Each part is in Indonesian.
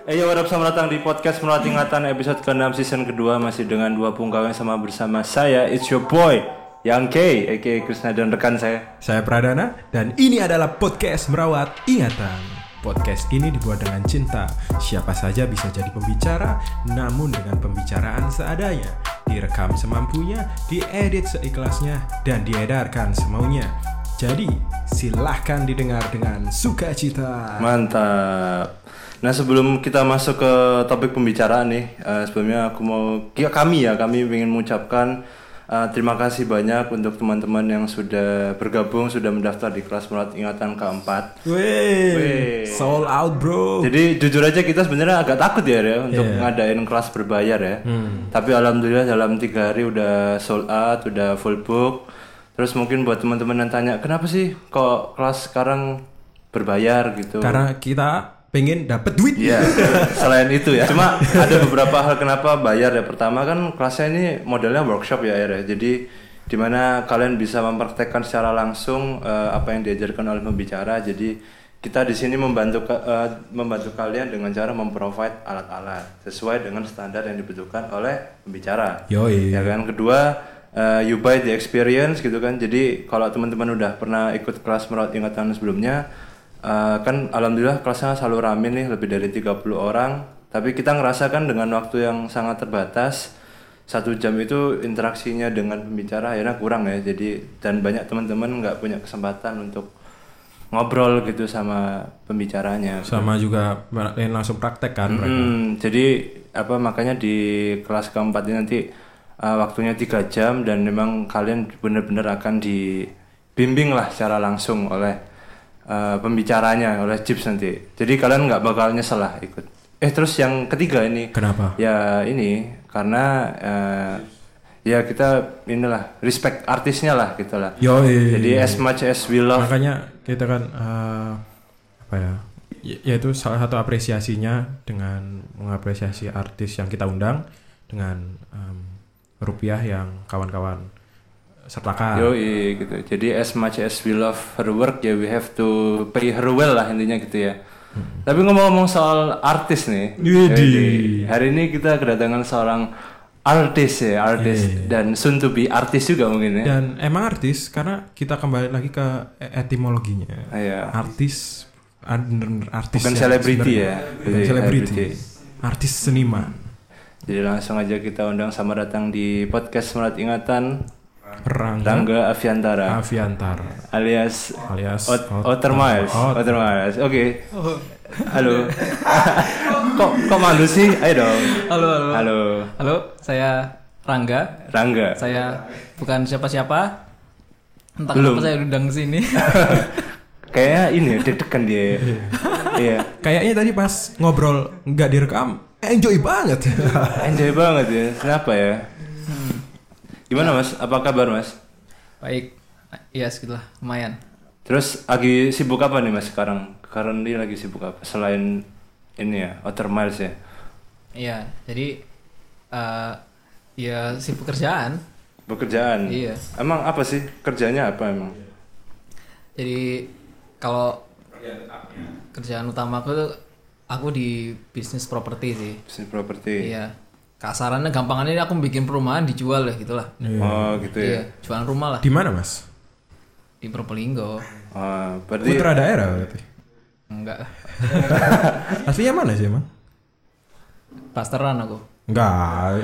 What up, selamat datang di podcast Merawat Ingatan episode ke-6 season kedua. Masih dengan dua punggawa yang sama bersama saya, it's your boy Yang K, aka Krisna, dan rekan Saya Pradana, dan ini adalah podcast Merawat Ingatan. Podcast ini dibuat dengan cinta. Siapa saja bisa jadi pembicara, namun dengan pembicaraan seadanya. Direkam semampunya, diedit seikhlasnya, dan diedarkan semaunya. Jadi, silahkan didengar dengan sukacita. Mantap. Nah, sebelum kita masuk ke topik pembicaraan nih, sebelumnya aku mau kami ingin mengucapkan terima kasih banyak untuk teman-teman yang sudah bergabung, sudah mendaftar di kelas Merawat Ingatan keempat. Wey, sold out bro. Jadi jujur aja kita sebenarnya agak takut ya untuk ngadain kelas berbayar ya. Tapi alhamdulillah dalam 3 hari udah sold out, udah full book. Terus mungkin buat teman-teman yang tanya, kenapa sih kok kelas sekarang berbayar gitu? Karena kita pengen dapat duit. Iya, selain itu ya. Cuma ada beberapa hal kenapa bayar ya. Pertama kan kelasnya ini modelnya workshop ya. Jadi dimana kalian bisa mempraktekkan secara langsung apa yang diajarkan oleh pembicara. Jadi kita di sini membantu kalian dengan cara memprovide alat-alat sesuai dengan standar yang dibutuhkan oleh pembicara. Yoi. Ya kan. Kedua, you buy the experience gitu kan. Jadi kalau teman-teman udah pernah ikut kelas Merawat Ingatan sebelumnya, kan alhamdulillah kelasnya selalu rame nih, lebih dari 30 orang. Tapi kita ngerasakan dengan waktu yang sangat terbatas, 1 jam itu interaksinya dengan pembicara akhirnya kurang ya. Jadi dan banyak teman-teman nggak punya kesempatan untuk ngobrol gitu sama pembicaranya. Sama juga langsung praktek kan mereka. Jadi makanya di kelas keempat ini nanti waktunya 3 jam dan memang kalian benar-benar akan dibimbing lah secara langsung oleh pembicaranya, oleh Chips nanti. Jadi kalian nggak bakal nyesel lah ikut. Terus yang ketiga ini. Kenapa? Ya ini karena ya kita inilah respect artisnya lah gitu lah. Jadi as much as we love. Makanya kita kan yaitu salah satu apresiasinya dengan mengapresiasi artis yang kita undang dengan rupiah yang kawan-kawan sertakan. Gitu. Jadi as much as we love her work, ya we have to pay her well lah intinya gitu ya. Tapi ngomong-ngomong soal artis nih, hari ini kita kedatangan seorang artis dan soon to be artis juga mungkin ya. Dan emang artis karena kita kembali lagi ke etimologinya. Artis bukan selebriti ya. Bukan selebriti. Artis seniman. Jadi langsung aja kita undang sama datang di podcast Merawat Ingatan. Rangga Aviantara alias Outer Miles. Oke. Halo. Kok malu sih? Ayo dong. Halo, saya Rangga. Saya bukan siapa-siapa. Entah kenapa saya diundang ke sini. Kayaknya ini deg-degan dia. Iya. Kayaknya tadi pas ngobrol nggak direkam, enjoy banget ya. Kenapa ya? Gimana Mas? Apa kabar Mas? Baik, iya segitulah, lumayan. Terus lagi sibuk apa nih Mas sekarang? Currently lagi sibuk apa? Selain ini ya, Outer Miles ya? Iya, jadi ya sibuk kerjaan. Pekerjaan? Iya. Emang apa sih? Kerjanya apa emang? Jadi kalau kerjaan utama aku di bisnis properti sih. Bisnis properti? Iya. Kasarannya gampangannya aku bikin perumahan dijual ya gitulah. Oh gitu ya. Iya, jualan rumah lah. Di mana Mas? Di Probolinggo. Berarti putra daerah berarti? Enggak. Aslinya mana sih emang? Pasteran aku. Enggak.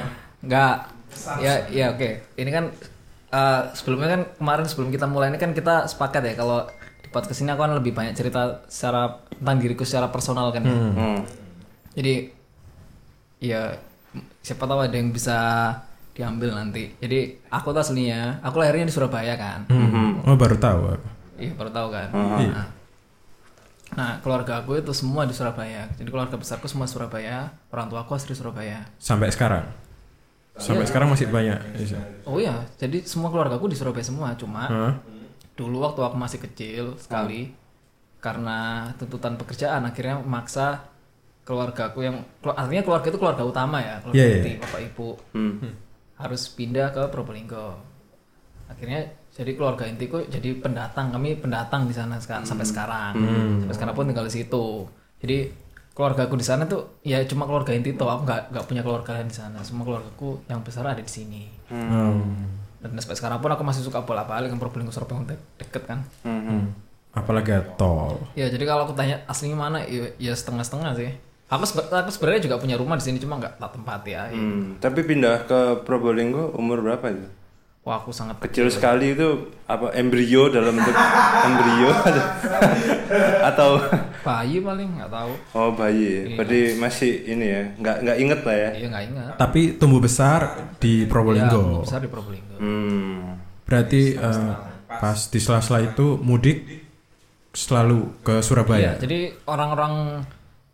Ya oke. Ini kan sebelumnya kan kemarin sebelum kita mulai ini kan kita sepakat ya kalau di podcast ini aku kan lebih banyak cerita tentang diriku secara personal kan. Jadi ya siapa tahu ada yang bisa diambil nanti. Jadi aku tuh aslinya, aku lahirnya di Surabaya kan. Oh baru tahu. Iya baru tahu kan. Nah keluarga aku itu semua di Surabaya. Jadi keluarga besarku semua Surabaya. Orang tua aku asli Surabaya. Sampai sekarang. Sekarang masih banyak. Oh iya, jadi semua keluarga aku di Surabaya semua. Cuma dulu waktu aku masih kecil sekali, karena tuntutan pekerjaan akhirnya memaksa keluargaku yang artinya keluarga itu keluarga utama ya, keluarga inti, bapak ibu harus pindah ke Probolinggo. Akhirnya jadi keluarga intiku jadi pendatang, kami pendatang di sana sampai sekarang. Sampai sekarang pun tinggal di situ. Jadi keluarga aku di sana tuh ya cuma keluarga inti toh, aku nggak punya keluarga lain di sana, semua keluargaku yang besar ada di sini. Dan sampai sekarang pun aku masih suka bolak-balik kan Probolinggo Surabaya deket kan. Apalagi tol. Ya jadi kalau aku tanya aslinya mana ya setengah-setengah sih. Aku sebenarnya juga punya rumah di sini cuma nggak tak tempati ya. Tapi pindah ke Probolinggo umur berapa itu? Wah aku sangat Kecil sekali itu apa embrio dalam bentuk embrio atau bayi paling nggak tahu. oh bayi. Berarti masih ini ya, nggak inget lah ya. Iya nggak ingat. Tapi tumbuh besar di Ya, Probolinggo. besar di Probolinggo. Berarti pas di sela-sela itu mudik selalu ke Surabaya. Iya, jadi orang-orang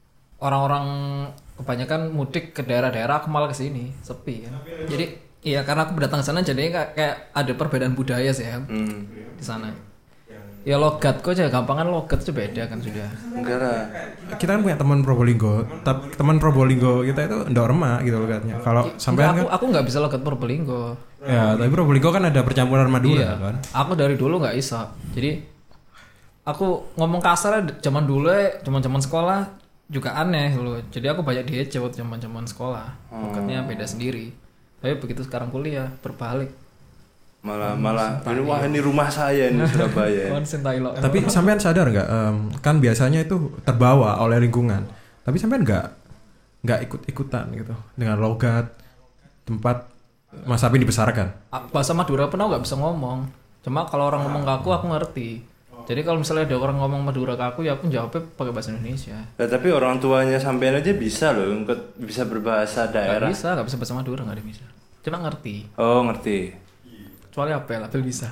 kebanyakan mudik ke daerah-daerah, aku malah ke sini, sepi kan. Jadi iya karena aku datang ke sana jadi kayak ada perbedaan budaya sih ya di sana. Ya logatku aja gampang kan, logat itu beda kan sudah. Enggak lah. Kita kan punya teman Probolinggo, tapi teman Probolinggo kita itu ndok remah gitu logatnya. Kalau sampean kan Aku nggak bisa logat Probolinggo. ya, tapi Probolinggo kan ada percampuran Madura kan. Aku dari dulu nggak bisa. Jadi aku ngomong kasar zaman dulu zaman sekolah juga aneh dulu. Jadi aku banyak diejek waktu zaman sekolah. Logatnya beda sendiri. Tapi begitu sekarang kuliah berbalik. Malah ini rumah saya nih Surabaya. Tapi sampean sadar nggak? Kan biasanya itu terbawa oleh lingkungan. Tapi sampean nggak ikut-ikutan gitu dengan logat tempat Mas Apin dibesarkan. Bahasa Madura pun aku nggak bisa ngomong. Cuma kalau orang ngomong ke aku ngerti. Jadi kalau misalnya ada orang ngomong Madura ke aku ya aku jawabnya pakai bahasa Indonesia. Nah, tapi orang tuanya sampean aja bisa loh, bisa berbahasa daerah. Nggak bisa bahasa Madura, nggak ada bisa. Cuma ngerti. Oh ngerti. Kecuali Apel bisa.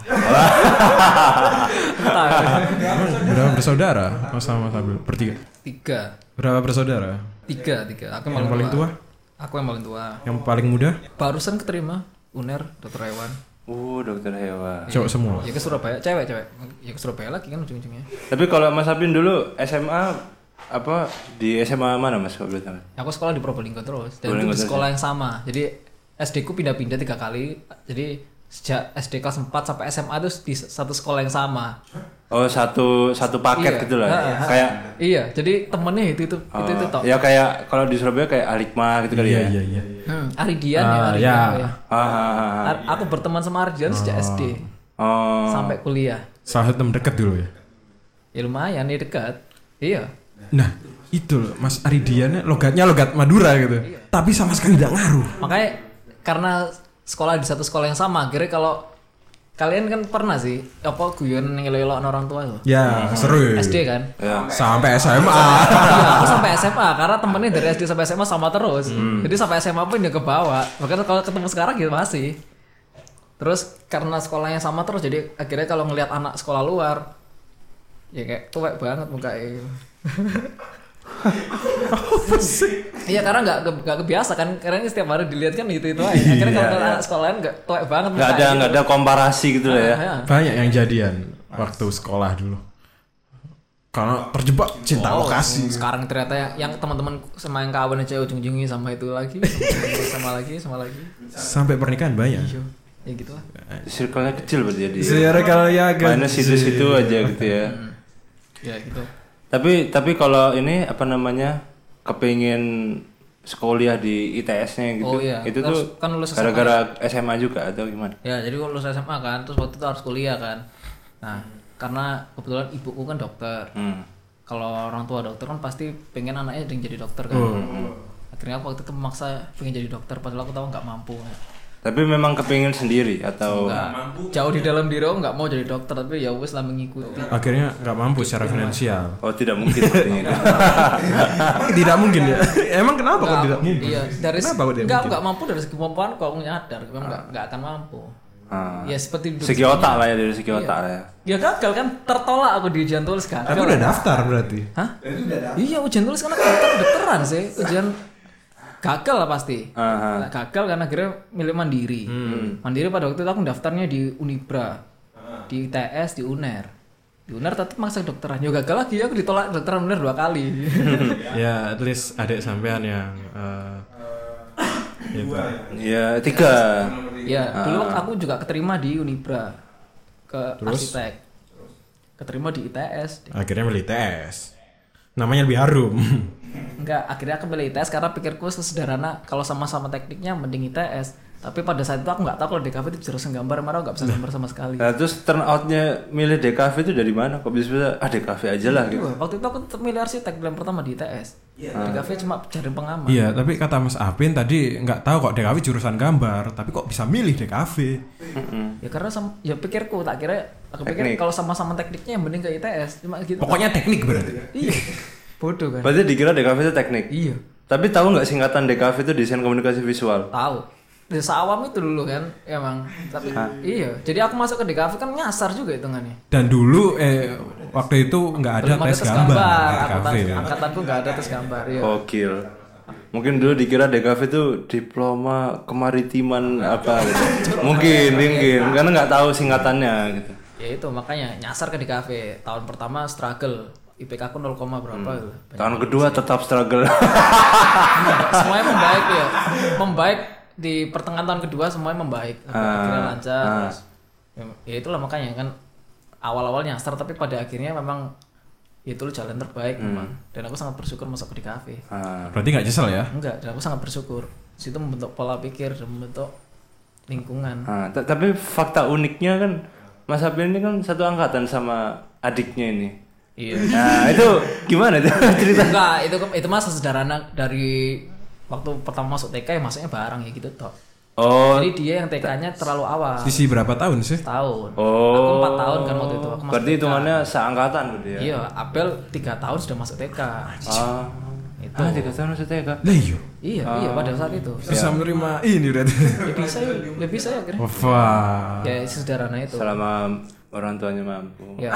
Berapa bersaudara? Sama Apin bertiga. 3. Berapa bersaudara? 3. Aku Yang paling tua? Aku yang paling tua. Yang paling muda? Barusan keterima UNER dokter hewan. Dokter hewan. Cowok semua. Ya ke Surabaya, cewek. Ya ke Surabaya lagi kan ujung-ujungnya. Tapi kalau Mas Apin dulu SMA apa di SMA mana Mas kalau boleh tahu? Aku sekolah di Probolinggo terus dan Probolinggo itu di terus, sekolah yang sama. Jadi SD ku pindah-pindah 3 kali. Jadi sejak SD kelas 4 sampai SMA itu di satu sekolah yang sama. Oh satu paket Iya. gitu lah. Kayak Iya, jadi temennya itu toh. ya kayak kalau di Surabaya kayak Alikma gitu kali ya. Iya. Aridian ya. ya. Ah. Aku berteman sama Aridian sejak SD Oh. sampai kuliah. Salah satu teman dekat dulu ya. Ya lumayan, ya dekat. Iya. Nah, itu loh Mas Aridian logatnya logat Madura gitu. Tapi sama sekali tidak ngaruh. Makanya karena sekolah di satu sekolah yang sama, akhirnya kalau kalian kan pernah sih apa guyon ngelelok orang tua tuh. Ya, seru. SD kan? Ya. Sampai SMA. Iya, aku sampai SMA karena temennya dari SD sampai SMA sama terus. Jadi sampai SMA pun dia ke bawah. Makanya kalau ketemu sekarang gitu masih. Terus karena sekolahnya sama terus jadi akhirnya kalau ngelihat anak sekolah luar ya kayak tuwek banget mukanya. Iya karena nggak kebiasa kan, karena ini setiap hari dilihat kan itu aja. Akhirnya kalau anak sekolahan nggak tuwek banget. Nggak ada komparasi gitu lah ya. Banyak yang jadian waktu sekolah dulu. Karena terjebak cinta lokasi. Sekarang ternyata yang teman-teman sama yang kawan aja ujung-ujungnya sama itu lagi, sama lagi. Sampai pernikahan banyak. Ya gitu lah. Circle-nya kecil berarti jadi. Circle ya Mainnya situ-situ aja gitu ya. Ya gitu. Tapi kalau ini apa namanya kepingin sekolah di ITS-nya gitu, Oh, iya. itu Harus- tuh kan lulus SMA gara-gara SMA juga atau gimana? Ya jadi kalau lulus SMA kan, terus waktu itu harus kuliah kan. Nah karena kebetulan ibuku kan dokter. Kalau orang tua dokter kan pasti pengen anaknya jadi dokter kan. Akhirnya aku waktu itu memaksa pengen jadi dokter, padahal aku tahu nggak mampu. Tapi memang kepingin sendiri atau Nggak, jauh di dalam diri aku nggak mau jadi dokter, tapi ya wes lah mengikuti. Akhirnya nggak mampu secara finansial. oh tidak mungkin sepertinya itu. Tidak mungkin ya. Emang kenapa kok tidak mungkin? Iya, dari Kenapa kok tidak mungkin? nggak mampu dari segi kemampuan kok aku nyadar, memang nggak akan mampu. Ya seperti Segi otak lah ya, dari segi otak lah ya. Ya gagal kan, tertolak aku di ujian tulis kan. Tapi udah daftar berarti. Hah? Iya ujian tulis kan aku daftar kedokteran sih, ujian gagal lah pasti. Nah, gagal karena akhirnya milih mandiri. Mandiri pada waktu itu aku daftarnya di Unibra, di ITS, di UNER. Di UNER tetap maksa kedokteran. Ya gagal lagi, aku ditolak kedokteran UNER 2 kali. Ya, at least adik sampean yang gitu. Ya 3. Ya, dulu aku juga keterima di Unibra ke arsitek. Keterima di ITS. Akhirnya milih ITS. Namanya lebih harum. Enggak, akhirnya aku pilih ITS karena pikirku sesederhana kalau sama-sama tekniknya mending ITS. Tapi pada saat itu aku nggak tahu kalau DKV itu jurusan gambar, malah nggak bisa gambar sama sekali. Nah, terus turn out-nya milih DKV itu dari mana? Kok bisa DKV aja lah gitu? Waktu itu aku tetap milih arsitek pilihan pertama di ITS. DKV cuma cari pengaman. Iya, tapi kata Mas Apin tadi nggak tahu kok DKV jurusan gambar, tapi kok bisa milih DKV? Ya karena ya pikirku tak kira aku pikir kalau sama-sama tekniknya yang mending ke ITS cuma gitu. Pokoknya teknik berarti. Iya. Bodoh kan. Berarti dikira DKV itu teknik? Iya. Tapi tahu nggak singkatan DKV itu desain komunikasi visual? Tahu. Desa awam itu dulu kan emang. Tapi iya. Jadi aku masuk ke DKV kan nyasar juga hitungannya. Dan dulu waktu itu nggak ada Belum tes gambar di DKV ya. Angkatanku nggak ada tes gambar. Iya. Gokil. Mungkin dulu dikira DKV itu diploma kemaritiman apa gitu. Mungkin karena nggak tahu singkatannya gitu. Ya itu makanya nyasar ke DKV. Tahun pertama struggle. IPK aku 0, berapa gitu. Tahun kedua tetap struggle. Semuanya membaik ya. Membaik di pertengahan tahun kedua semuanya membaik. Akhirnya lancar. Terus, ya itulah makanya kan awal-awal nyasar tapi pada akhirnya memang itu jalan terbaik memang. Dan aku sangat bersyukur masuk ke DKV. Berarti nggak nyesel ya? Enggak, dan aku sangat bersyukur. Situ membentuk pola pikir dan membentuk lingkungan. Tapi fakta uniknya kan Mas Apin ini kan satu angkatan sama adiknya ini. Iya. Nah itu gimana tuh cerita? Enggak, itu mah sesederhana dari waktu pertama masuk TK ya masuknya bareng ya gitu toh. Oh. Jadi dia yang TK-nya terlalu awal. Sisi berapa tahun sih? Tahun. Oh. Aku 4 tahun kan waktu itu. Aku masuk Berarti TK. hitungannya seangkatan gitu ya? Iya, Abel 3 tahun sudah masuk TK. Itu. 3 tahun masuk TK? Lah iya. Iya pada saat itu. Bisa menerima ini berarti. Ya bisa ya kira. Wah. Ya sederhana itu. Selama orang tuanya mampu. Ya.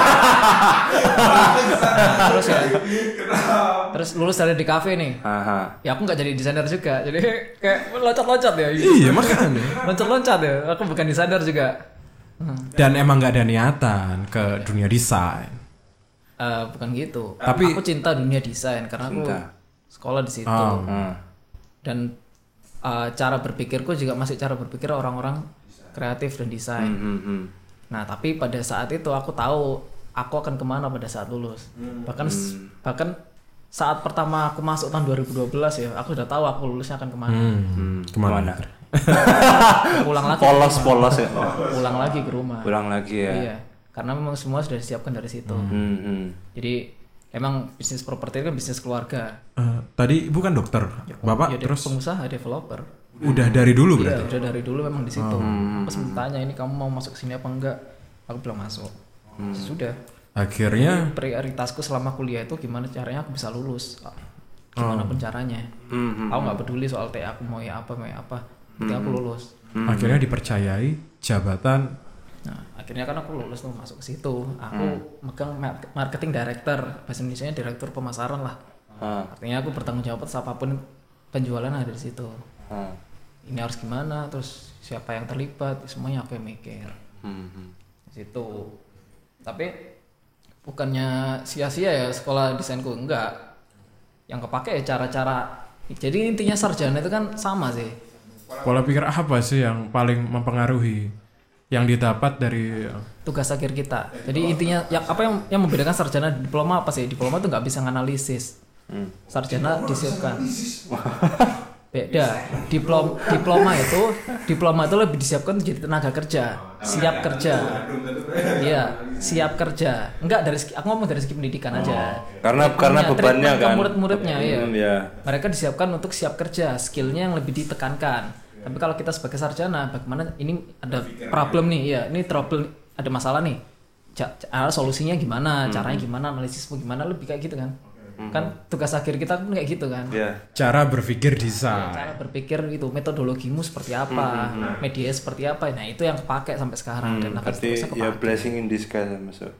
Terus lulus dari di kafe nih. Ya aku nggak jadi desainer juga. Jadi kayak loncat-loncat ya. Iya makanya. Loncat-loncat ya. Aku bukan desainer juga. Dan emang nggak ada niatan ke dunia desain. Bukan gitu. Tapi aku cinta dunia desain karena aku sekolah di situ. Dan cara berpikirku juga masih cara berpikir orang-orang kreatif dan desain. Nah tapi pada saat itu aku tahu aku akan kemana pada saat lulus. Bahkan saat pertama aku masuk tahun 2012 ya, aku udah tahu aku lulusnya akan kemana. Kemana? Pulang lagi. Polos ya. Pulang lagi ke rumah. Pulang lagi ya. Iya. Karena memang semua sudah disiapkan dari situ. Jadi emang bisnis properti kan bisnis keluarga. Tadi ibu kan dokter, bapak ya, terus pengusaha, developer. Udah dari dulu berarti? Iya, udah dari dulu memang di situ. Pas tanya ini kamu mau masuk sini apa enggak? Aku bilang masuk. Sudah. Akhirnya prioritasku selama kuliah itu gimana caranya aku bisa lulus. Gimana pun caranya. Aku nggak peduli soal TA aku mau ya apa. Penting aku lulus. Akhirnya dipercayai jabatan. Nah, akhirnya kan aku lulus tuh masuk ke situ. Aku megang marketing director, bahasa Indonesianya direktur pemasaran lah. Artinya aku bertanggung jawab atas apapun penjualan ada di situ. Ini harus gimana, terus siapa yang terlibat, semuanya aku yang mikir. Di situ. Tapi bukannya sia-sia ya sekolah desainku, enggak. Yang kepake ya cara-cara. Jadi intinya sarjana itu kan sama sih. Pola pikir apa sih yang paling mempengaruhi yang didapat dari tugas akhir kita? Jadi intinya yang membedakan sarjana dan diploma apa sih? Diploma tuh nggak bisa nganalisis. Sarjana disiapkan. Beda. Diploma itu lebih disiapkan jadi tenaga kerja, siap kerja. Iya, siap kerja. Enggak aku ngomong dari segi pendidikan aja. Karena bebannya kan. Murid-muridnya iya. Yeah. Mereka disiapkan untuk siap kerja, skillnya yang lebih ditekankan. Tapi kalau kita sebagai sarjana, bagaimana ini ada problem nih, ya ini trouble, ada masalah nih. Solusinya gimana, caranya gimana, analisismu gimana, lebih kayak gitu kan. Kan tugas akhir kita pun kayak gitu kan. Cara berpikir desain. Cara berpikir itu metodologimu seperti apa, media seperti apa. Nah, itu yang kepake sampai sekarang dan akan terus kepake. Ya blessing in disguise masuk.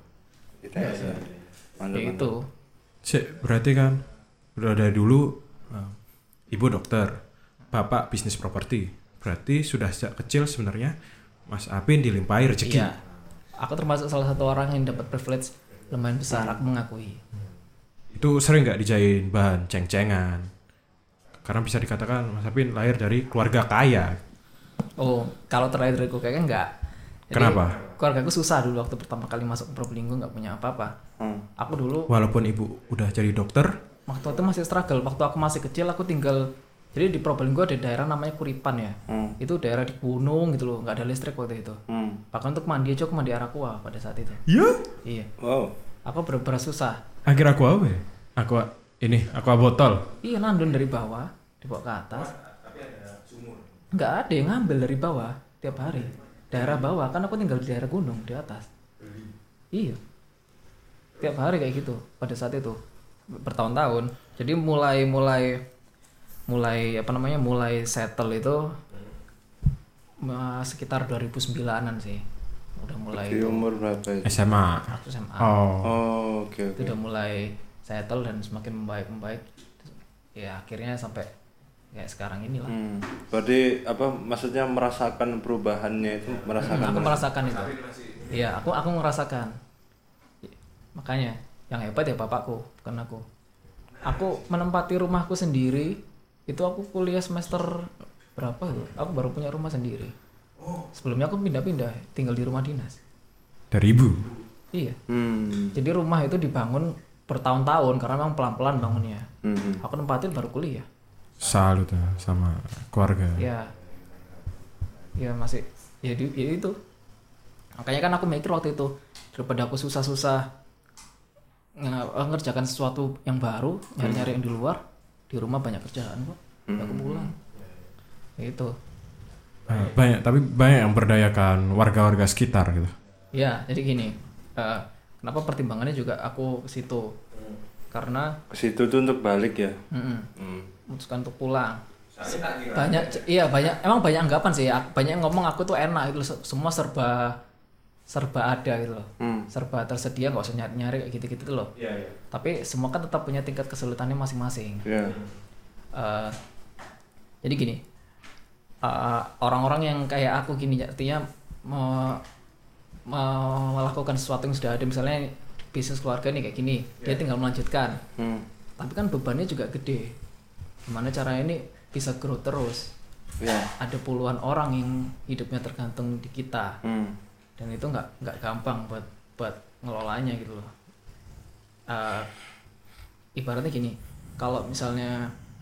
Ya itu. Berarti kan udah dari dulu ibu dokter, bapak bisnis properti. Berarti sudah sejak kecil sebenarnya Mas Apin dilimpahi rezeki. Iya. Aku termasuk salah satu orang yang dapat privilege lumayan besar, aku mengakui. Itu sering nggak dijadiin bahan ceng-cengan? Karena bisa dikatakan Mas Apin lahir dari keluarga kaya. Oh, kalau terlahir dari keluarga kaya enggak. Jadi, kenapa? Keluargaku susah dulu waktu pertama kali masuk Probolinggo, nggak punya apa-apa. Aku dulu walaupun ibu udah jadi dokter, waktu itu masih struggle. Waktu aku masih kecil aku tinggal, jadi di Probolinggo ada daerah namanya Kuripan ya. Itu daerah di gunung gitu loh, nggak ada listrik waktu itu. Bahkan untuk mandi aja aku mandi air aqua pada saat itu. Iya. Wow. Aku bener-bener susah. Akhir aku apa ya? Aqua botol. Iya, nandun dari bawah dibawa ke atas. Tapi ada sumur. Nggak ada yang ngambil dari bawah tiap hari. Daerah bawah, kan aku tinggal di daerah gunung di atas. Iya. Tiap hari kayak gitu pada saat itu bertahun-tahun. Jadi mulai settle itu sekitar 2009-an sih. Udah mulai di umur berapa itu? SMA. Aku SMA. Oh, oke. Itu udah mulai settle dan semakin membaik. Ya akhirnya sampai kayak sekarang inilah. Berarti apa maksudnya merasakan perubahannya itu Aku merasakan itu. Iya, aku merasakan. Makanya yang hebat ya bapakku, bukan aku. Aku menempati rumahku sendiri. Itu aku kuliah semester berapa tuh? Aku baru punya rumah sendiri. Sebelumnya aku pindah-pindah tinggal di rumah dinas. Dari ibu. Iya. Jadi rumah itu dibangun bertahun-tahun karena memang pelan-pelan bangunnya. Aku nempatin baru kuliah. Salut ya sama keluarga. Ya masih ya itu. Makanya kan aku mikir waktu itu daripada aku susah-susah ngerjakan sesuatu yang baru, nyari-nyari yang di luar, di rumah banyak kerjaan kok. Aku pulang. Ya itu. Banyak yang berdayakan warga-warga sekitar gitu. Ya, jadi gini. Kenapa pertimbangannya juga aku ke situ? Karena ke situ tuh untuk balik ya. Memutuskan untuk pulang. Emang banyak anggapan sih. Banyak yang ngomong aku tuh enak itu semua serba ada gitu loh. Serba tersedia, nggak usah nyari kayak gitu-gitu loh. Tapi semua kan tetap punya tingkat kesulitannya masing-masing. Jadi gini, orang-orang yang kayak aku gini artinya melakukan sesuatu yang sudah ada, misalnya bisnis keluarga nih kayak gini, dia tinggal melanjutkan. Tapi kan bebannya juga gede. Gimana caranya ini bisa grow terus? Ada puluhan orang yang hidupnya tergantung di kita. Dan itu nggak gampang buat ngelolanya gitu loh. Ibaratnya gini, kalau misalnya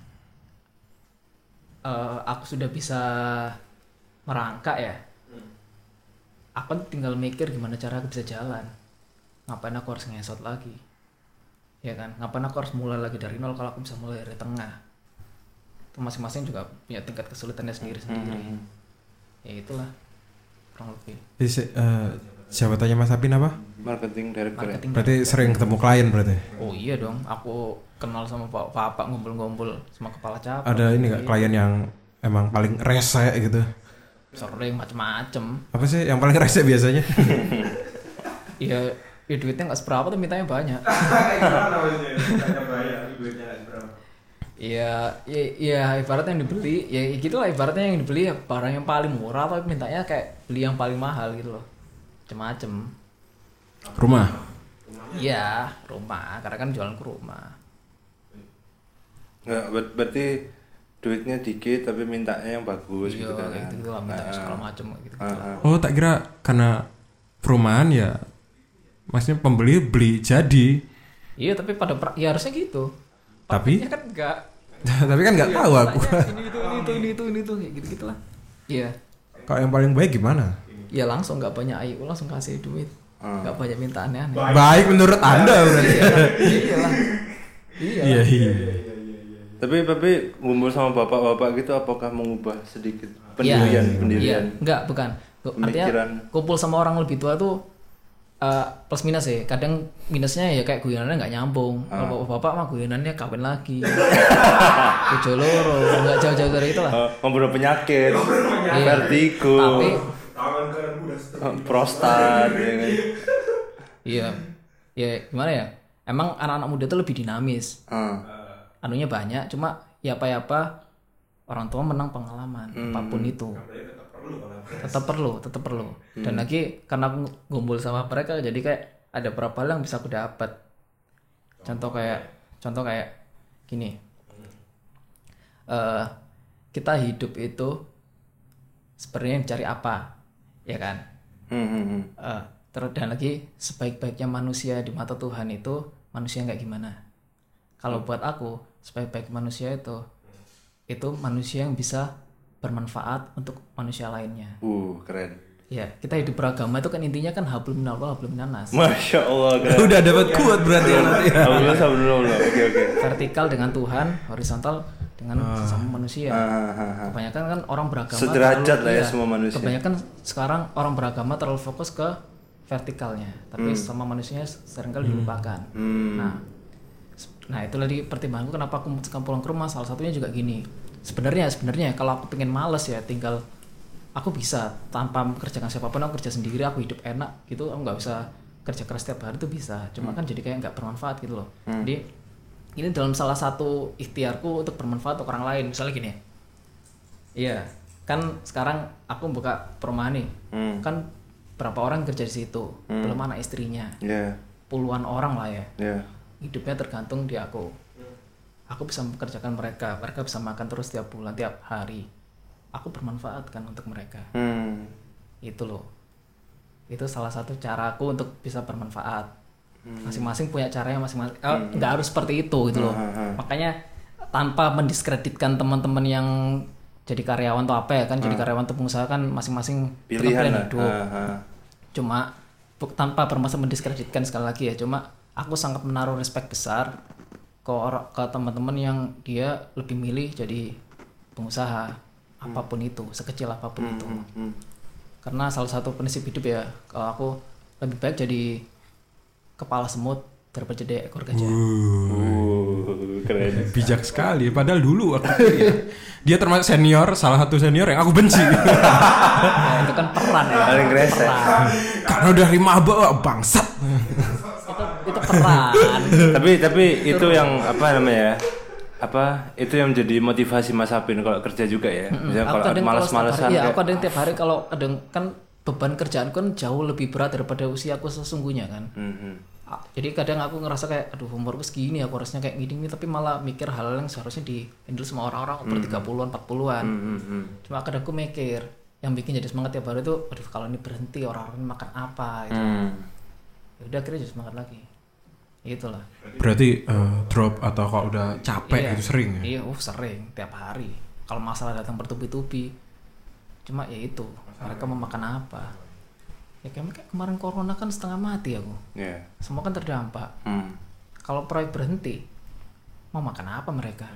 aku sudah bisa merangkak ya, aku tinggal mikir gimana cara aku bisa jalan. Ngapain aku harus ngesot lagi, ya kan? Ngapain aku harus mulai lagi dari nol kalau aku bisa mulai dari tengah? Itu masing-masing juga punya tingkat kesulitannya sendiri-sendiri. Ya itulah kurang lebih. Jabatannya Mas Apin apa? Marketing director. Berarti sering ketemu klien berarti? Oh iya dong, aku kenal sama Pak ngumpul-ngumpul sama kepala cabang. Ada ini nggak klien yang emang paling rese gitu? Sering macem-macem. Apa sih yang paling rese biasanya? Iya, duitnya nggak seberapa tuh mintanya banyak. Iya, ibaratnya yang dibeli, ya gitulah ibaratnya yang dibeli ya barang yang paling murah tapi mintanya kayak beli yang paling mahal gitu loh. Macem-macem. Rumah? Iya, rumah, karena kan jualan ke rumah. Nggak, berarti duitnya dikit tapi mintanya yang bagus gitu kan. Iya, gitu lah, minta segala macem gitu. Oh, tak kira karena perumahan ya, maksudnya pembeli beli jadi. Iya, tapi ya harusnya gitu. Tapi kan enggak. Tapi kan nggak tahu aku. Ini itu gitu lah. Iya. Kalau yang paling baik gimana? Ya langsung nggak banyak ayu, langsung kasih duit. Nggak banyak minta aneh-aneh. Baik menurut Anda berarti. Iyalah. Iya. Tapi ngumpul sama bapak-bapak gitu apakah mengubah sedikit pendirian? Iya. Enggak, bukan. Artinya kumpul sama orang lebih tua tuh plus minus ya. Kadang minusnya ya kayak guyonannya nggak nyambung. Kalau bapak mah guyonannya kawin lagi. Bojo loro, nggak jauh-jauh dari itu lah. Membunuh penyakit, vertigo, tapi prostat, ya kan? Iya, ya gimana ya? Emang anak-anak muda tuh lebih dinamis. Anunya banyak, cuma ya apa orang tua menang pengalaman apapun itu. Tetap perlu. Dan lagi karena aku ngumpul sama mereka, jadi kayak ada beberapa hal yang bisa aku dapat. Contoh kayak gini. Kita hidup itu sebenarnya mencari apa, ya kan? Dan lagi sebaik-baiknya manusia di mata Tuhan itu manusia yang kayak gimana? Kalau buat aku, sebaik-baik manusia itu manusia yang bisa bermanfaat untuk manusia lainnya. Keren. Ya, kita hidup beragama itu kan intinya kan hablum minallah hablum minannas. Masya Allah, keren. Udah dapat kuat berarti ya nanti. Alhamdulillah. Oke. Vertikal dengan Tuhan, horizontal dengan sesama manusia. Kebanyakan kan orang beragama sederajat lah ya iya, semua manusia. Kebanyakan sekarang orang beragama terlalu fokus ke vertikalnya, tapi sama manusianya seringkali dilupakan. Nah itu tadi pertimbanganku kenapa aku memutuskan pulang ke rumah. Salah satunya juga gini. Sebenarnya kalau aku pengen males ya tinggal aku bisa tanpa mengerjakan siapapun, aku kerja sendiri, aku hidup enak gitu, aku nggak usah kerja keras setiap hari tuh bisa. Cuma kan jadi kayak nggak bermanfaat gitu loh. Jadi ini dalam salah satu ikhtiarku untuk bermanfaat untuk orang lain. Misalnya gini ya, iya kan sekarang aku buka perumahan nih, kan berapa orang kerja di situ, belum anak istrinya, puluhan orang lah ya. Hidupnya tergantung di aku. Aku bisa mempekerjakan mereka bisa makan terus tiap bulan, tiap hari. Aku bermanfaat kan untuk mereka. Itu loh. Itu salah satu caraku untuk bisa bermanfaat. Masing-masing punya caranya masing-masing. Nggak harus seperti itu gitu loh. Makanya tanpa mendiskreditkan teman-teman yang jadi karyawan atau apa ya kan, jadi karyawan atau pengusaha kan masing-masing pilihan hidup. Cuma tanpa bermaksud mendiskreditkan sekali lagi ya. Cuma aku sangat menaruh respect besar ke teman-teman yang dia lebih milih jadi pengusaha. Apapun itu, sekecil apapun itu. Karena salah satu prinsip hidup ya, kalau aku lebih baik jadi kepala semut daripada jadi ekor gajah. Keren. Bijak sekali. Padahal dulu aku dia termasuk senior, salah satu senior yang aku benci. Ya, itu kan peran ya. Paling gresek. Karena udah maba bangsat. itu peran. tapi itu yang apa namanya ya? Itu yang menjadi motivasi Mas Apin kalau kerja juga ya. Misalnya kalau malas-malasan iya, aku ada yang tiap hari kalau ada kan beban kerjaan kan jauh lebih berat daripada usia aku sesungguhnya kan. Jadi kadang aku ngerasa kayak aduh umurku segini aku harusnya kayak gini tapi malah mikir hal yang seharusnya di handle sama orang-orang umur 30-an 40-an. Cuma kadang aku mikir yang bikin jadi semangat tiap hari itu aduh kalau ini berhenti orang-orang ini makan apa gitu. Ya udah akhirnya jadi semangat lagi. Itulah. Berarti drop atau kalau udah capek itu sering ya? Iya, sering tiap hari. Kalau masalah datang bertubi-tubi, cuma ya itu mereka mau makan apa? Ya kayak kemarin corona kan setengah mati aku. Semua kan terdampak. Kalau proyek berhenti, mau makan apa mereka?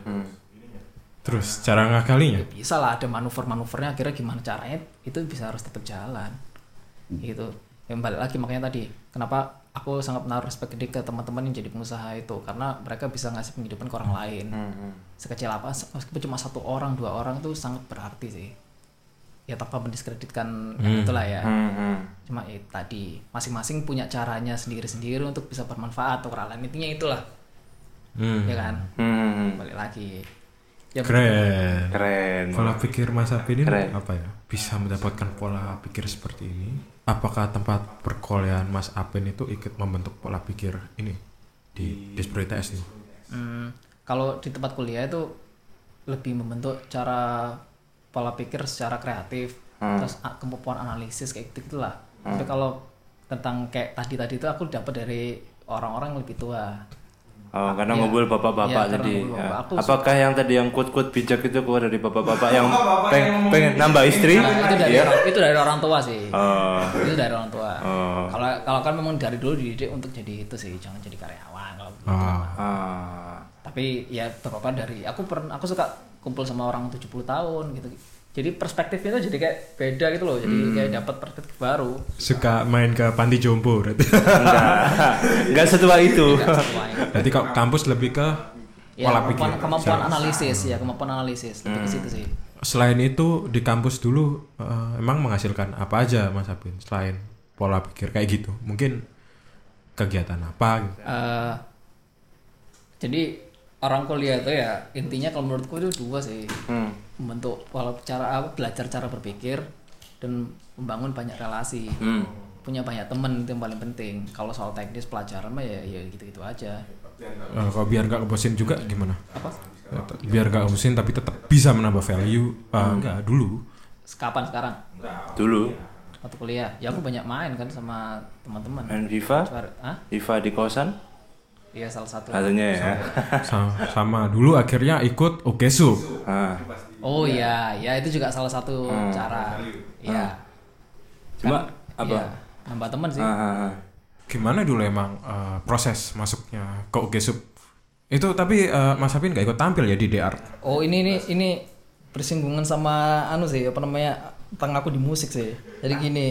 Terus cara ngakalinya? Ya bisa lah ada manuver-manuvernya. Akhirnya gimana caranya? Itu bisa harus tetap jalan. Gitu. Yang balik lagi makanya tadi, kenapa aku sangat menaruh respect gede ke teman-teman yang jadi pengusaha itu karena mereka bisa ngasih penghidupan ke orang lain. Sekecil apa, meskipun cuma 1 orang 2 orang itu sangat berarti sih. Ya tanpa mendiskreditkan itulah ya. Cuma ya tadi masing-masing punya caranya sendiri-sendiri untuk bisa bermanfaat untuk orang lain. Intinya itulah. Ya kan? Balik lagi. Ya, keren. Pola pikir Mas Apin ini apa ya? Bisa mendapatkan pola pikir seperti ini. Apakah tempat perkuliahan Mas Apin itu ikut membentuk pola pikir ini di Despro ITS ini? Kalau di tempat kuliah itu lebih membentuk cara pola pikir secara kreatif, terus kemampuan analisis kayak gitulah. Tapi kalau tentang kayak tadi itu aku dapat dari orang-orang yang lebih tua. Karena ngobrol bapak-bapak tadi. Apakah yang tadi yang quote-quote bijak itu keluar dari bapak-bapak yang pengen nambah istri? Itu dari orang tua sih. Itu dari orang tua. Kalau kan memang dari dulu dididik untuk jadi itu sih, jangan jadi karyawan kalau gitu. Tapi ya bapak dari aku suka kumpul sama orang 70 tahun gitu. Jadi perspektifnya tuh jadi kayak beda gitu loh. Jadi kayak dapat perspektif baru. Suka main ke panti jompo berarti. Enggak setua itu. Berarti kok kampus lebih ke pola pikir. Kemampuan analisis lebih ke situ sih. Selain itu di kampus dulu emang menghasilkan apa aja Mas Apin selain pola pikir kayak gitu? Mungkin kegiatan apa gitu? Jadi orang kuliah itu ya intinya kalau menurutku itu 2 sih. Membentuk belajar cara berpikir dan membangun banyak relasi. Punya banyak teman itu yang paling penting. Kalau soal teknis pelajaran mah ya gitu-gitu aja. Kalau biar gak kebosin juga gimana? Apa? Biar gak kebosin tapi tetap bisa menambah value. Enggak dulu. Kapan sekarang? Dulu. Waktu kuliah. Ya aku banyak main kan sama teman-teman. Main FIFA? FIFA di kosan? Iya salah satu. Satunya ya. Sama dulu akhirnya ikut Okesup. Oh iya, ya itu juga salah satu cara. Iya. Cuma apa? Iya, nambah teman sih. Gimana dulu emang proses masuknya ke Okesup? Itu tapi Mas Hapin gak ikut tampil ya di DR? Oh ini bersinggungan sama sih apa namanya tentang aku di musik sih. Jadi gini,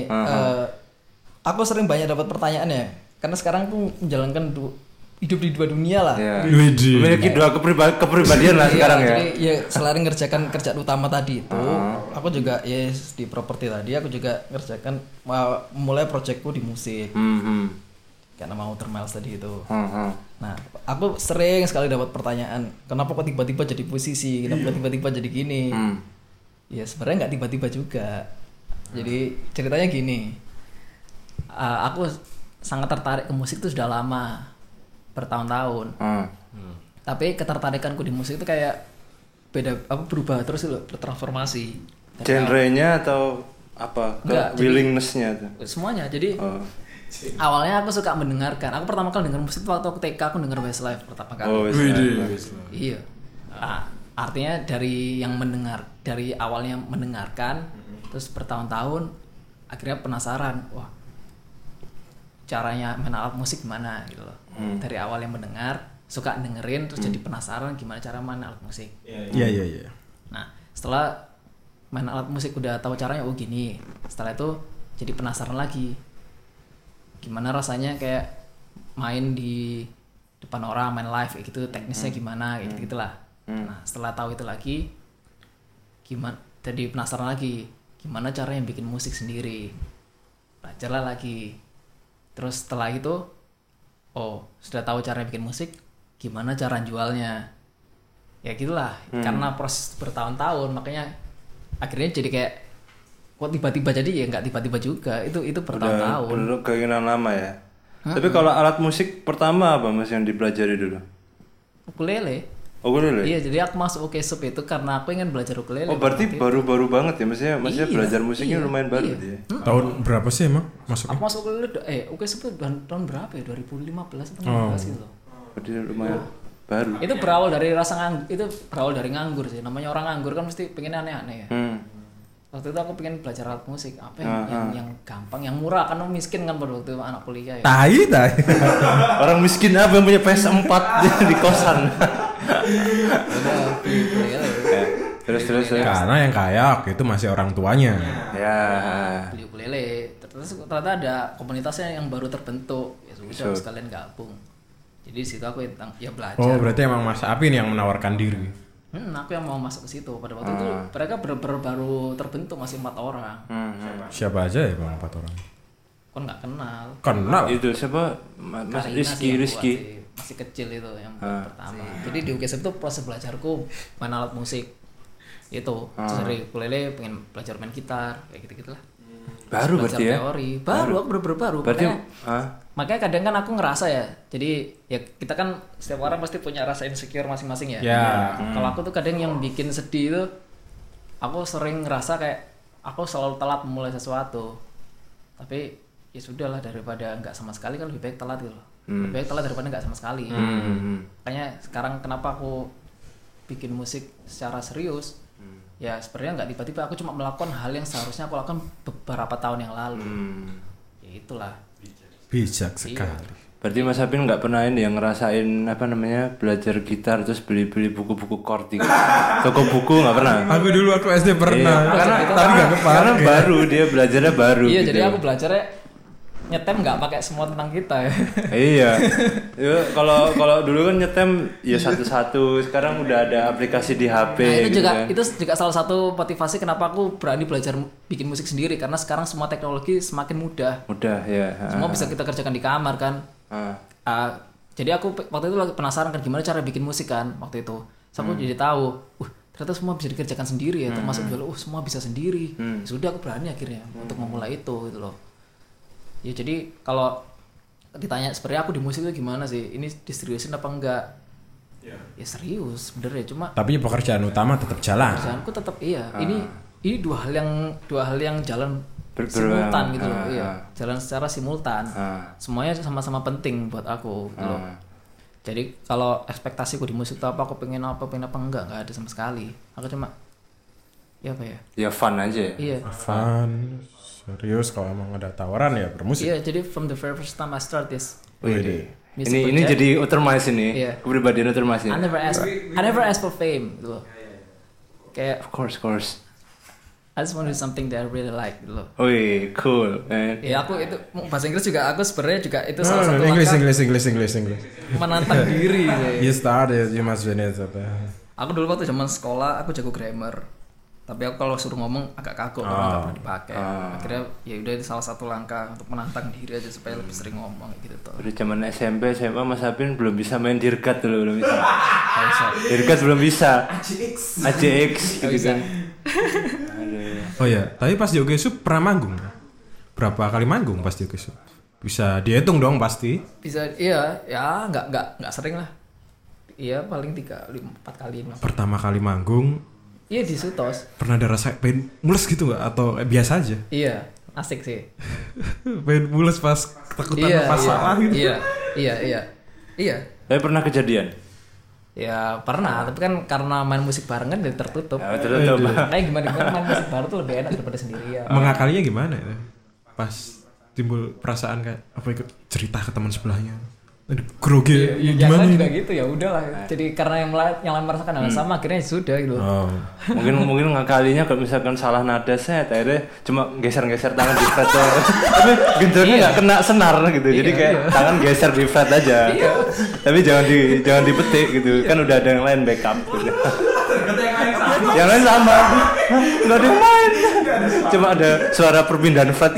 aku sering banyak dapat pertanyaan ya, karena sekarang aku menjalankan hidup di dua dunia lah. Memiliki dua kepribadian lah sekarang ya. Jadi ya selain ngerjakan kerjaan utama tadi itu, aku juga di properti tadi aku juga ngerjakan mulai proyekku di musik. Karena mau Termiles tadi itu. Nah, aku sering sekali dapat pertanyaan, kenapa kok tiba-tiba jadi musisi? Kenapa tiba-tiba jadi gini? Ya sebenarnya nggak tiba-tiba juga. Jadi ceritanya gini, aku sangat tertarik ke musik itu sudah lama, bertahun-tahun. Tapi ketertarikanku di musik itu kayak berubah terus loh, bertransformasi. Genrenya atau apa? Willingness-nya tuh. Semuanya. Jadi awalnya aku suka mendengarkan. Aku pertama kali dengar musik waktu aku TK, aku dengar Westlife pertama kali. Oh, Westlife. Iya. Artinya dari awalnya mendengarkan, terus bertahun-tahun akhirnya penasaran, wah caranya main alat musik gimana gitu loh. Dari awal yang mendengar, suka dengerin, terus jadi penasaran gimana cara main alat musik. Iya. Nah, setelah main alat musik udah tahu caranya, oh gini. Setelah itu jadi penasaran lagi. Gimana rasanya kayak main di depan orang, main live kayak gitu, teknisnya gimana gitu-gitulah. Nah, setelah tahu itu lagi, gimana jadi penasaran lagi, gimana caranya bikin musik sendiri. Belajarlah lagi. Terus setelah itu, sudah tahu cara bikin musik, gimana cara jualnya. Ya gitulah, karena proses bertahun-tahun, makanya akhirnya jadi kayak kok tiba-tiba jadi ya nggak tiba-tiba juga, itu bertahun-tahun. Udah keinginan lama ya. Tapi kalau alat musik pertama apa Mas yang dipelajari dulu? Ukulele. Ukulele? Iya, jadi aku masuk Okesup itu karena aku ingin belajar ukulele. Oh, berarti baru-baru banget ya, maksudnya belajar musiknya lumayan baru dia. Tahun berapa sih emang masuk? Aku masuk ukulele Okesup itu tahun berapa ya? 2015 atau 2016 gitu loh. Berarti lumayan baru. Itu berawal dari nganggur sih. Namanya orang nganggur kan mesti pengen aneh-aneh ya. Waktu itu aku pengen belajar alat musik, apa yang gampang, yang murah, kan miskin kan pada waktu itu anak kuliah ya. Tai. Orang miskin apa yang punya PS4 di kosan. Terus. Karena yang kaya itu masih orang tuanya. Ya. Beli ukulele. Terus ternyata ada komunitasnya yang baru terbentuk. Ya sudah sekalian gabung. Jadi di situ aku ya belajar. Oh, berarti emang Mas Apin yang menawarkan diri. Aku yang mau masuk ke situ. Pada waktu itu mereka baru terbentuk, masih 4 orang. Siapa aja ya Bang 4 orang? Kon nggak kenal. Kenal. Itu siapa? Mas Rizky. Masih kecil itu yang pertama. Jadi di UKSF itu proses belajarku main alat musik. Itu dari ukulele pengen belajar main gitar kayak gitu-gitulah. Baru belajar berarti ya? Teori. Baru baru. Berarti makanya kadang kan aku ngerasa ya. Jadi ya kita kan setiap orang pasti punya rasa insecure masing-masing ya. Kalau aku tuh kadang yang bikin sedih itu, aku sering ngerasa kayak aku selalu telat memulai sesuatu. Tapi ya sudahlah, daripada nggak sama sekali kan lebih baik telat gitu loh. Lebih baik telat daripada nggak sama sekali. Makanya sekarang kenapa aku bikin musik secara serius, ya sebenarnya nggak tiba-tiba, aku cuma melakukan hal yang seharusnya aku lakukan beberapa tahun yang lalu. Ya itulah. Bijak sekali. Berarti Mas Apin nggak pernah ini yang ngerasain belajar gitar terus beli buku-buku chord di toko buku, nggak pernah? Aku dulu SD pernah. Karena baru dia belajarnya baru. Iya, gitu. jadi aku belajarnya nyetem nggak pakai semua tentang kita ya. Iya. Kalau dulu kan nyetem ya satu-satu, sekarang udah ada aplikasi di HP. Nah, itu gitu juga kan. itu juga salah satu motivasi kenapa aku berani belajar bikin musik sendiri, karena sekarang semua teknologi semakin mudah. Mudah ya. Semua bisa kita kerjakan di kamar kan. Jadi aku waktu itu lagi penasaran kan gimana cara bikin musik kan waktu itu. So aku jadi tahu, ternyata semua bisa dikerjakan sendiri ya, termasuk jual, semua bisa sendiri. Sudah aku berani akhirnya untuk memulai itu gitu loh. Ya jadi kalau ditanya sebenarnya aku di musik itu gimana sih, ini diseriusin apa enggak? Ya serius sebenarnya, cuma tapi pekerjaan utama tetap jalan. Pekerjaanku tetap ini dua hal yang jalan simultan gitu loh. Jalan secara simultan. Semuanya sama-sama penting buat aku gitu loh. Jadi kalau ekspektasiku di musik tuh aku pengen apa enggak ada sama sekali. Aku cuma ya apa ya? Ya fun aja ya. Iya. Fun, serius kalau emang ada tawaran ya bermusik. Iya, jadi from the very first time I start this Wih, music ini project, jadi Uttermice ini. Iya. Kepribadian Uttermice ini. I never ask for fame gitu loh. Kayak Of course. I just want to do something that I really like gitu loh. Wih, cool. Man. Ya aku itu bahasa Inggris juga aku sebenarnya juga itu salah satu English. menantang diri. You started, you must finish. Aku dulu waktu zaman sekolah aku jago grammar. Tapi aku kalau suruh ngomong agak kaku karena nggak pernah dipakai. Akhirnya ya udah itu salah satu langkah untuk menantang diri aja supaya lebih sering ngomong gitu tuh. Udah zaman SMP, SMA Mas Apin belum bisa main dirgat dulu, belum bisa. Bisa. Dirgat belum bisa. AJX gitu Bisa. kan. Aduh. Oh ya, tapi pas di Okesu pernah manggung? Berapa kali manggung pas di Okesu? Bisa dihitung dong pasti. Bisa iya, ya nggak sering lah. Iya paling 3, 4 kali. Pertama kali manggung Iya di Sutos. pernah ada rasa pengen mules gitu nggak atau biasa aja? Iya, asik sih. Pengen mules pas ketakutan pas salah gitu. Iya. Tapi pernah kejadian? Ya pernah, tapi kan karena main musik bareng kan jadi tertutup. Ya, tertutup. Kayak gimana main musik bareng tuh lebih enak daripada sendirian. Mengakalinya gimana ya? Pas timbul perasaan kayak apa ikut cerita ke teman sebelahnya. Aduh, grogi ya, gimana Biasanya ini? juga gitu ya udahlah. Jadi karena yang lain merasakan hal yang sama akhirnya sudah gitu. Oh. mungkin ngakalinya kalau misalkan salah nada set akhirnya cuma geser-geser tangan di fret aja. Tapi gendongnya nggak kena senar gitu, jadi kayak tangan geser di fret aja. Tapi jangan dipetik gitu, kan udah ada yang lain backup gitu. Yang lain sama, nggak ada yang main, cuma ada suara perpindahan fret.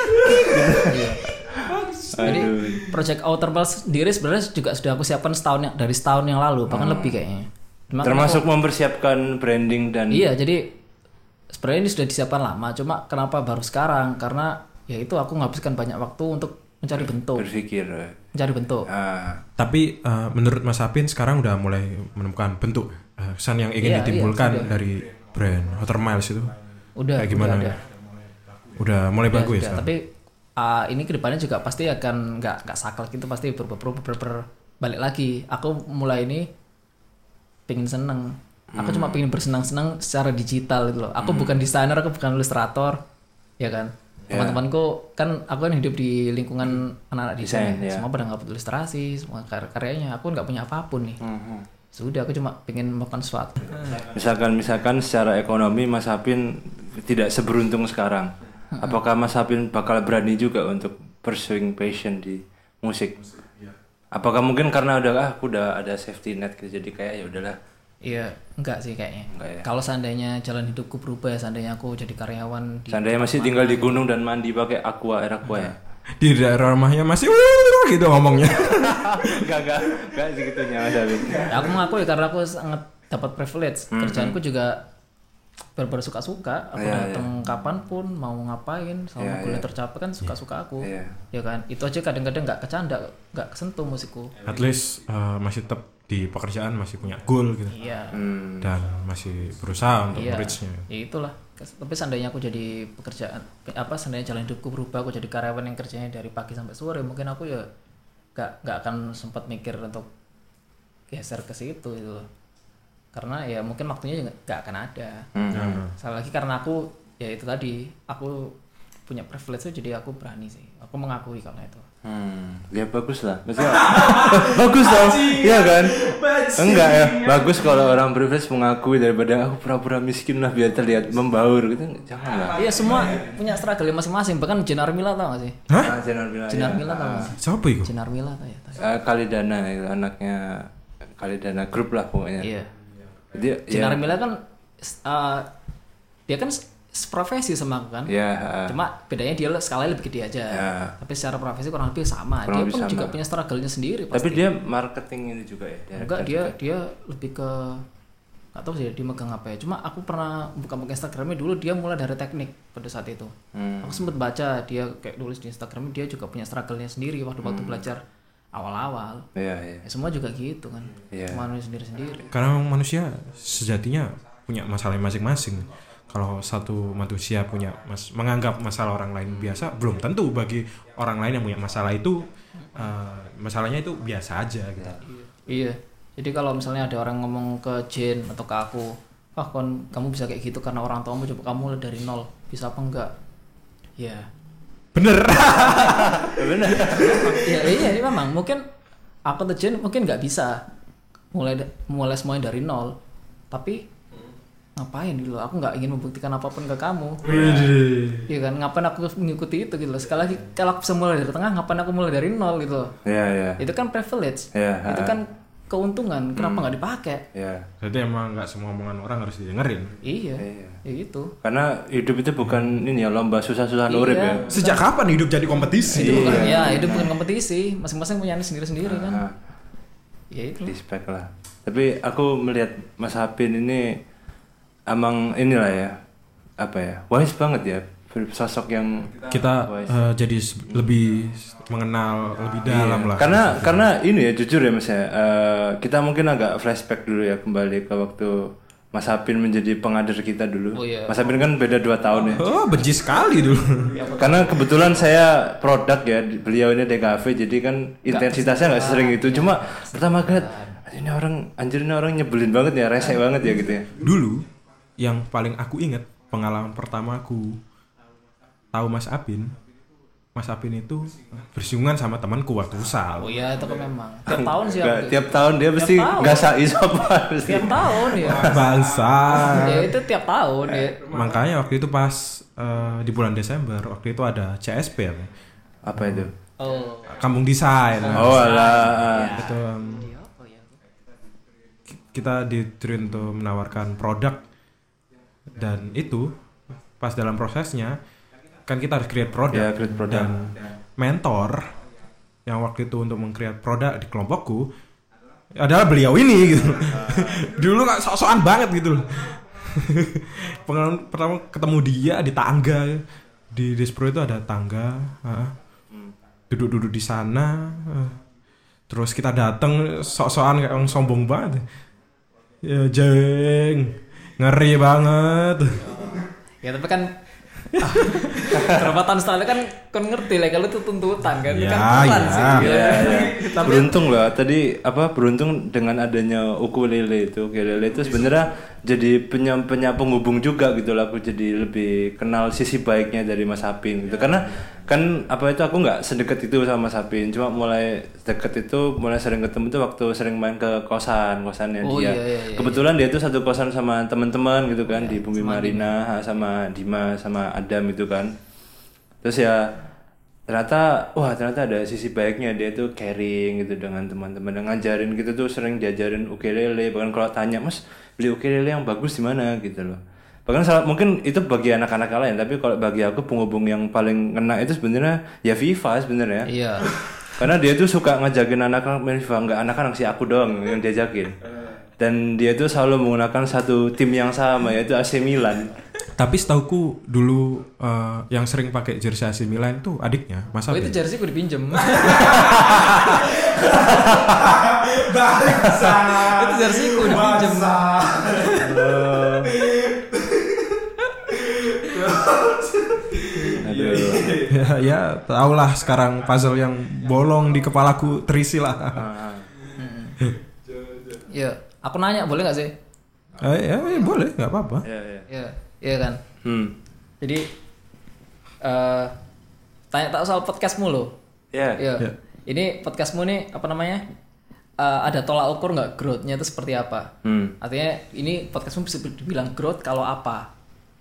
Jadi project Outer Bells sendiri sebenarnya juga sudah aku siapkan dari setahun yang lalu, bahkan lebih kayaknya. Cuma Termasuk mempersiapkan branding dan iya, jadi sebenarnya ini sudah disiapkan lama, cuma kenapa baru sekarang? Karena ya itu aku menghabiskan banyak waktu untuk mencari bentuk. berpikir. Tapi menurut Mas Apin sekarang udah mulai menemukan bentuk kesan yang ingin ditimbulkan dari brand Outer Miles itu. Udah. Kayak gimana? Udah mulai bagus ya. Tapi ini kedepannya juga pasti akan nggak saklek gitu, pasti balik lagi. Aku mulai ini pengen seneng. Aku cuma pengen bersenang-senang secara digital gitu loh. Aku bukan desainer, aku bukan ilustrator, ya kan. Teman-temanku kan aku kan hidup di lingkungan anak-anak desain. Semua pada nggak ilustrasi, semua karyanya. Aku nggak punya apapun nih. Sudah, aku cuma pengen melakukan sesuatu. Misalkan secara ekonomi Mas Apin tidak seberuntung sekarang. Apakah Mas Apin bakal berani juga untuk pursuing passion di musik? Apakah mungkin karena aku udah ada safety net gitu, jadi kayak ya udahlah. Iya, enggak sih kayaknya. Enggak ya? Kalau seandainya jalan hidupku berubah ya, seandainya aku jadi karyawan Seandainya masih tinggal di gunung dan mandi pakai aqua ya. Di daerah rumahnya masih gitu ngomongnya. Enggak segitunya Mas Apin. Ya, aku mengakui karena aku sangat dapat privilege. Kerjaanku juga benar-benar suka-suka. Aku datang kapanpun mau ngapain, selama kuliah tercapai kan suka-suka aku. Ya kan, itu aja kadang-kadang nggak kecanda, nggak kesentuh musikku. At least masih tetap di pekerjaan masih punya goal gitu. Iya. Dan masih berusaha untuk Iya. reach-nya. Ya itulah. Tapi seandainya aku jadi seandainya jalan hidupku berubah, aku jadi karyawan yang kerjanya dari pagi sampai sore, mungkin aku ya nggak akan sempat mikir untuk geser ke situ gitu loh. Karena ya mungkin waktunya juga nggak akan ada. Salah lagi karena aku ya itu tadi, aku punya privilege jadi aku berani sih. Aku mengakui karena itu. Ya bagus lah. Maksudnya bagus dong. Iya kan? Enggak ya. Bagus kalau orang privilege mengakui daripada aku pura-pura miskin lah biar terlihat membaur gitu. Jangan lah. Iya, semua punya struggle masing-masing. Bahkan Jenar Mila tau gak sih? Hah? Jenar Mila tau gak sih? Siapa itu? Jenar Mila tau ya? Kalidana itu anaknya Kalidana Group lah pokoknya. Iya. Jadi Jenar Mila kan dia kan seprofesi sama aku kan. Iya. Cuma bedanya dia skalanya lebih gede aja. Tapi secara profesi kurang lebih sama. Kurang dia lebih pun sama. juga punya struggle-nya sendiri pasti. Tapi dia marketing ini juga ya. Enggak, dia lebih ke nggak tahu sih dia megang apa ya. Cuma aku pernah buka Instagramnya dulu, dia mulai dari teknik pada saat itu. Aku sempat baca dia kayak nulis di Instagram, dia juga punya struggle-nya sendiri waktu belajar awal-awal. Iya. Ya, semua juga gitu kan. Manusia sendiri-sendiri. Karena manusia sejatinya punya masalah masing-masing. Kalau satu manusia punya menganggap masalah orang lain biasa, belum tentu bagi orang lain yang punya masalah itu masalahnya itu biasa aja gitu. Iya. Jadi kalau misalnya ada orang ngomong ke Jen atau ke aku, "Wah, kamu bisa kayak gitu karena orang tuamu coba kamu mulai dari nol. Bisa apa enggak?" Ya. Bener. Bener. Iya, memang mungkin aku tuh Jen mungkin nggak bisa mulai semuanya dari nol. Tapi ngapain gitu loh, aku nggak ingin membuktikan apapun ke kamu. Iya kan, ngapain aku mengikuti itu gitu loh. Sekali lagi kalau aku bisa mulai dari tengah, ngapain aku mulai dari nol gitu loh. Iya. Itu kan privilege. Iya. Itu kan keuntungan, kenapa nggak dipakai? Iya. Jadi emang nggak semua omongan orang harus didengerin. Iya. Ya gitu. Karena hidup itu bukan ini ya lomba susah-susah urip ya. Sejak kapan hidup jadi kompetisi? Itu bukan hidup bukan kompetisi, masing-masing punya sendiri-sendiri kan. Ya itu. Respect lah. Tapi aku melihat Mas Hapin ini emang inilah ya, apa ya, wise banget ya, sosok yang Kita jadi lebih mengenal lebih dalam lah. Karena ini ya jujur ya Mas ya, kita mungkin agak flashback dulu ya kembali ke waktu Mas Hapin menjadi pengajar kita dulu. Oh, iya. Mas Hapin kan beda 2 tahun ya. Oh, benci sekali dulu. Karena kebetulan saya produk ya, beliau ini DKV, jadi kan intensitasnya nggak sering itu. Cuma pertama kali ini orang nyebelin banget ya, rese banget ya gitu ya. Dulu yang paling aku ingat pengalaman pertama aku tahu Mas Apin itu bersinggungan sama temanku waktu USAL. Oh iya, itu kan memang tiap tahun sih. Tiap tahun dia pasti nggak sopan. Tiap tahun ya. Bangsa. Ya itu tiap tahun ya. Makanya waktu itu pas di bulan Desember waktu itu ada CSP ya. Apa itu? Oh. Kampung Desain. Oh alah. Itu kita diturin untuk menawarkan produk, dan itu pas dalam prosesnya kan kita harus create produk, create produk. Dan mentor yang waktu itu untuk meng-create produk di kelompokku adalah beliau ini gitu. Dulu nggak sok-sokan banget gitu loh. Pengalaman pertama ketemu dia di tangga di Despro itu ada tangga, duduk-duduk di sana, terus kita datang sok-sokan kayak orang sombong banget. Ya jeng, ngeri banget. Ya tapi kan berapa tahun setelah kan ngerti lah kalau itu tuntutan kan. Ya, kan pelan sih. Ya. Beruntung lah tadi beruntung dengan adanya ukulele itu sebenarnya jadi penghubung juga gitu lah, aku jadi lebih kenal sisi baiknya dari Mas Hapin gitu. Karena kan aku nggak sedekat itu sama Mas Hapin, cuma mulai deket itu mulai sering ketemu tuh waktu sering main ke kosannya dia. Iya. Kebetulan dia tuh satu kosan sama teman-teman gitu kan, di Bumi Marina sama Dimas sama Adam itu kan. Terus ya ternyata ada sisi baiknya, dia tuh caring gitu dengan teman-teman, dan ngajarin gitu tuh sering diajarin ukulele, bahkan kalau tanya, "Mas, beli ukulele yang bagus di mana?" gitu loh. Bahkan mungkin itu bagi anak-anak lain, tapi kalau bagi aku penghubung yang paling kena itu sebenarnya ya Viva sebenarnya. Iya. Karena dia tuh suka ngajakin anak-anak main FIFA, nggak anak-anak sih, aku doang yang diajakin. Dan dia tuh selalu menggunakan satu tim yang sama, yaitu AC Milan. Tapi setauku dulu yang sering pakai jersey AC Milan tuh adiknya, Mas Hapin. Oh itu jersey gue dipinjem. Bangsa. Itu jersey gue dipinjem. Ya, tahulah sekarang puzzle yang bolong di kepalaku terisi lah. Ya, aku nanya boleh nggak sih? Ya boleh, nggak apa-apa. Iya kan. Jadi tanya tak soal podcastmu lo. Iya. Ini podcastmu nih apa namanya? Ada tolak ukur nggak growth-nya itu seperti apa? Artinya ini podcastmu bisa dibilang growth kalau apa?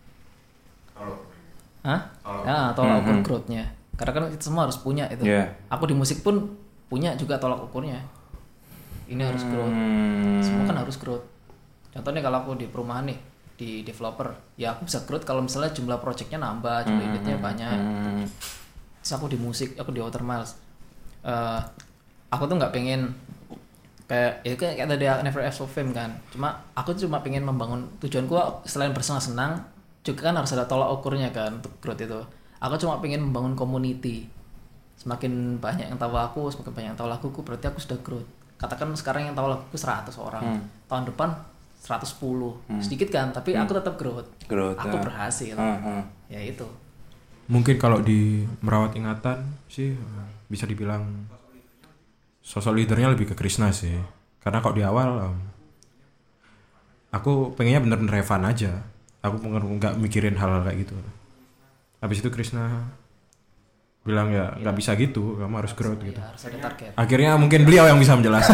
Tolak ukur growth-nya. Karena kan itu semua harus punya itu. Aku di musik pun punya juga tolak ukurnya. Ini harus growth. Semua kan harus growth. Contohnya kalau aku di perumahan nih, di developer, ya aku bisa growth kalau misalnya jumlah projectnya nambah, jumlah unitnya banyak. Terus aku di musik, aku di Outer Miles, aku tuh nggak pengen kayak tadi Never Ever Fame kan. Aku cuma pengen membangun, tujuanku selain bersenang-senang juga kan harus ada tolak ukurnya kan untuk growth itu. Aku cuma pengen membangun community. Semakin banyak yang tahu aku, semakin banyak yang tahu laguku, berarti aku sudah growth. Katakan sekarang yang tahu laguku 100 orang, tahun depan 110, sedikit kan, tapi aku tetap growth. Aku berhasil. Ya itu. Mungkin kalau di merawat ingatan sih bisa dibilang sosok leadernya lebih ke Krishna sih. Karena kok di awal aku pengennya bener-bener have fun aja. Aku nggak mikirin hal-hal kayak gitu. Habis itu Krisna bilang ya nggak bisa gitu, kamu harus growth gitu. Ya, harus ada target. Akhirnya mungkin beliau yang bisa menjelaskan.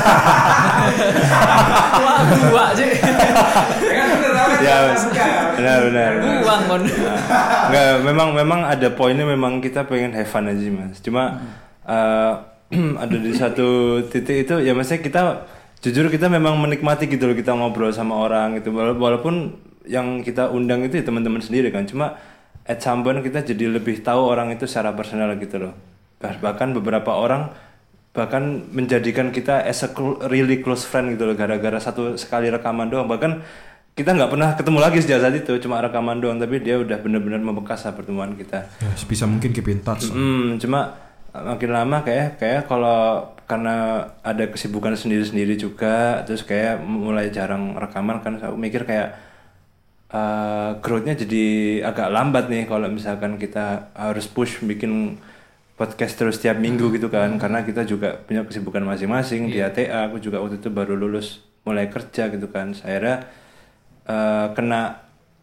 Wah, gua sih. Ya, benar. Uang kon. Nggak, memang ada poinnya, memang kita pengen have fun aja Mas. Cuma ada di satu titik itu ya maksudnya kita jujur kita memang menikmati gitu loh, kita ngobrol sama orang gitu, walaupun yang kita undang itu ya teman-teman sendiri kan, cuma at some point kita jadi lebih tahu orang itu secara personal gitu loh. Bahkan beberapa orang bahkan menjadikan kita as a really close friend gitu loh, gara-gara satu sekali rekaman doang. Bahkan kita nggak pernah ketemu lagi sejak saat itu, cuma rekaman doang, tapi dia udah benar-benar membekas lah pertemuan kita. Ya, sebisa mungkin keep in touch. Cuma makin lama kayak kalau karena ada kesibukan sendiri-sendiri juga, terus kayak mulai jarang rekaman kan, aku mikir kayak growth-nya jadi agak lambat nih kalau misalkan kita harus push bikin podcast terus tiap minggu gitu kan, karena kita juga punya kesibukan masing-masing. Di ATA aku juga waktu itu baru lulus mulai kerja gitu kan, akhirnya kena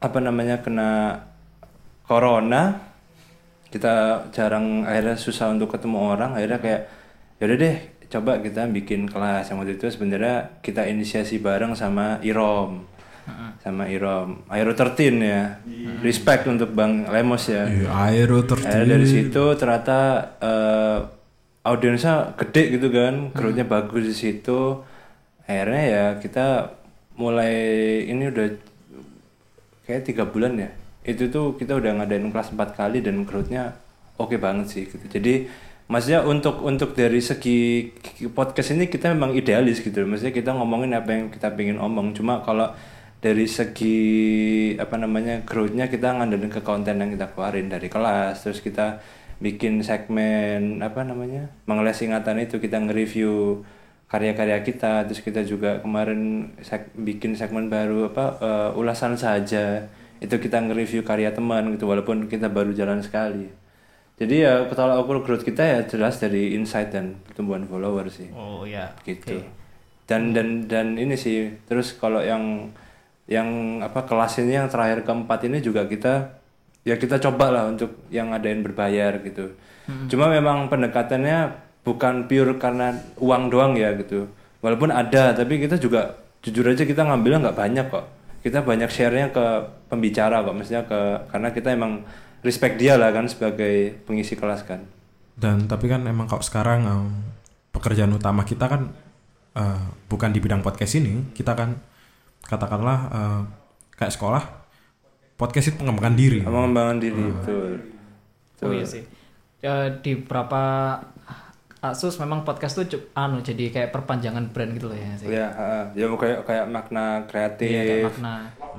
corona, kita jarang, akhirnya susah untuk ketemu orang. Akhirnya kayak yaudah deh coba kita bikin kelas, yang waktu itu sebenarnya kita inisiasi bareng sama Irom. Aero 13 ya. Respect untuk Bang Lemos ya. Aero 13. Dari situ ternyata audiensnya gede gitu kan, growth-nya bagus di situ. Akhirnya ya kita mulai, ini udah kayak 3 bulan ya. Itu tuh kita udah ngadain kelas 4 kali dan growth-nya oke banget sih gitu. Jadi maksudnya untuk dari segi podcast ini kita memang idealis gitu. Maksudnya kita ngomongin apa yang kita pengen omong. Cuma kalau dari segi growth-nya kita ngandelin ke konten yang kita keluarin dari kelas, terus kita bikin segmen mengeles ingatan itu, kita nge-review karya-karya kita, terus kita juga kemarin bikin segmen baru ulasan saja, itu kita nge-review karya teman gitu, walaupun kita baru jalan sekali. Jadi ya kalau ukur growth kita ya jelas dari insight dan pertumbuhan follower sih. Oh iya. Gitu. Okay. Dan ini sih, terus kalau yang kelas ini yang terakhir keempat ini juga kita coba lah untuk yang ngadain berbayar gitu. Cuma memang pendekatannya bukan pure karena uang doang ya gitu. Walaupun ada, tapi kita juga jujur aja kita ngambilnya nggak banyak kok. Kita banyak share-nya ke pembicara kok, maksudnya karena kita emang respect dia lah kan sebagai pengisi kelas kan. Dan tapi kan emang kalau sekarang pekerjaan utama kita kan bukan di bidang podcast ini, kita kan katakanlah kayak sekolah, podcast itu pengembangan diri. Betul. Oh iya sih. Di beberapa Asus memang podcast tuh jadi kayak perpanjangan brand gitu loh ya sih. Iya, ya kayak makna kreatif. Iya, kayak makna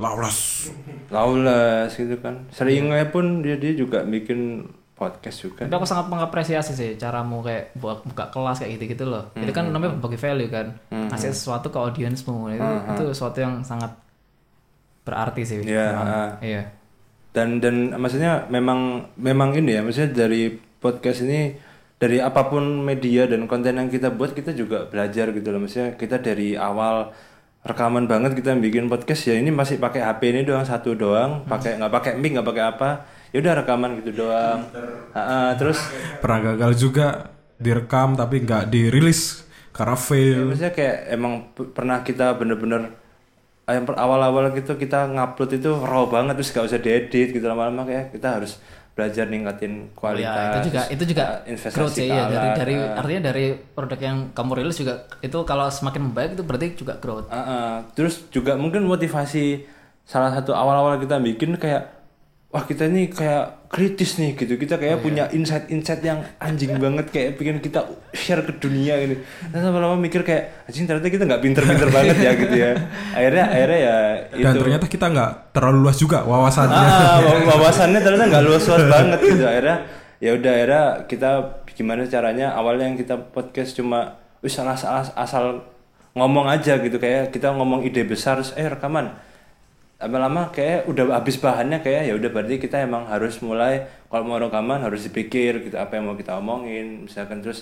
lawless gitu kan. Seringnya pun dia juga bikin podcast juga. Tapi aku sangat mengapresiasi sih caramu kayak buka kelas kayak gitu-gitu loh. Itu kan namanya berbagi value kan. Ngasih sesuatu ke audiensmu. Itu sesuatu yang sangat berarti sih. Iya. Dan maksudnya memang ini ya, maksudnya dari podcast ini, dari apapun media dan konten yang kita buat, kita juga belajar gitu loh. Maksudnya kita dari awal rekaman banget kita bikin podcast ya, ini masih pakai HP ini doang, satu doang, nggak pakai mic, nggak pakai apa. Ya udah rekaman gitu doang. Terus pernah gagal juga direkam tapi nggak dirilis karena fail. Ya, maksudnya kayak emang pernah kita bener-bener yang awal-awal gitu kita ngupload itu raw banget, terus gak usah diedit gitu, lama-lama kayak kita harus belajar ningkatin kualitas. Itu juga growth ya, dari artinya dari produk yang kamu rilis juga itu kalau semakin membaik itu berarti juga growth. Terus juga mungkin motivasi salah satu awal-awal kita bikin kayak wah kita ini kayak kritis nih gitu, kita kayak punya insight yang anjing banget, kayak pengen kita share ke dunia gitu. Dan lama-lama mikir kayak anjing ternyata kita nggak pinter-pinter banget ya gitu ya. Akhirnya ya itu. Dan ternyata kita nggak terlalu luas juga wawasannya. Wawasannya ternyata nggak luas-luas banget gitu. Akhirnya kita gimana caranya, awalnya yang kita podcast cuma asal ngomong aja gitu, kayak kita ngomong ide besar terus rekaman. Lama-lama kayak udah habis bahannya, kayak ya udah berarti kita emang harus mulai kalau mau rekaman harus dipikir gitu apa yang mau kita omongin misalkan, terus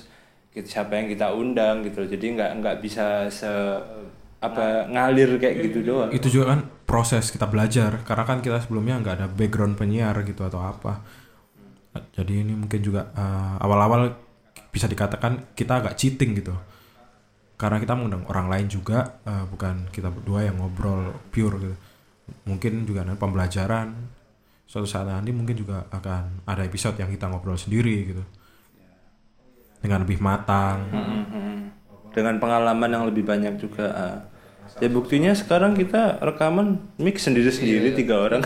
siapa yang kita undang gitu. Jadi nggak bisa ngalir kayak gitu doang. Itu juga kan proses kita belajar karena kan kita sebelumnya nggak ada background penyiar gitu atau apa. Jadi ini mungkin juga awal-awal bisa dikatakan kita agak cheating gitu. Karena kita mengundang orang lain juga, bukan kita berdua yang ngobrol pure gitu. Mungkin juga ada pembelajaran. Suatu saat nanti mungkin juga akan ada episode yang kita ngobrol sendiri gitu. Dengan lebih matang. Dengan pengalaman yang lebih banyak juga. Ya buktinya sekarang kita rekaman mix sendiri-sendiri 3 orang.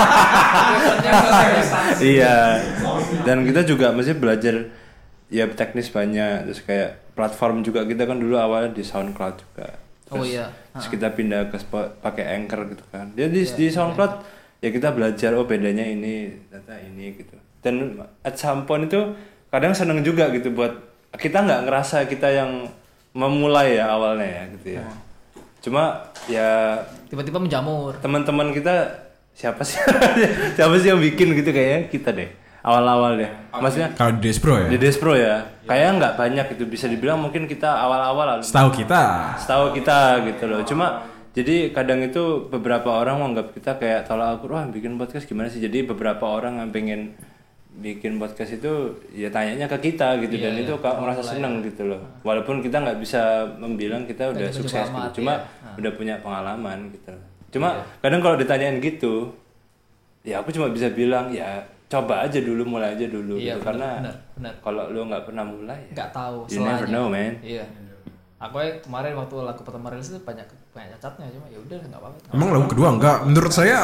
Iya. Dan kita juga masih belajar ya teknis banyak. Terus kayak platform juga kita kan dulu awalnya di SoundCloud juga. Terus kita pindah ke pakai Anchor gitu kan. Jadi di SoundCloud ya kita belajar bedanya ini data ini gitu. Dan at some point itu kadang seneng juga gitu buat kita nggak ngerasa kita yang memulai ya awalnya ya gitu ya. Cuma ya tiba-tiba menjamur. Teman-teman kita siapa sih yang bikin gitu kayaknya kita deh. Awal-awal deh. Maksudnya kalau di Despro ya? Di Despro ya. Kayaknya nggak banyak itu bisa dibilang mungkin kita awal-awal Setahu kita gitu loh. Cuma jadi kadang itu beberapa orang menganggap kita kayak tolak ukur, wah bikin podcast gimana sih. Jadi beberapa orang yang pengen bikin podcast itu ya tanyanya ke kita gitu dan itu merasa seneng gitu loh. Walaupun kita nggak bisa membilang kita udah sukses gitu. Cuma udah punya pengalaman gitu. Cuma kadang kalau ditanyain gitu ya aku cuma bisa bilang ya coba aja dulu, mulai aja dulu gitu. Karena kalau lu nggak pernah mulai nggak tahu you never know man. Iya. Aku kemarin waktu lagu pertama rilis itu banyak cacatnya, cuma ya udah nggak apa-apa. Emang lagu kedua enggak menurut saya.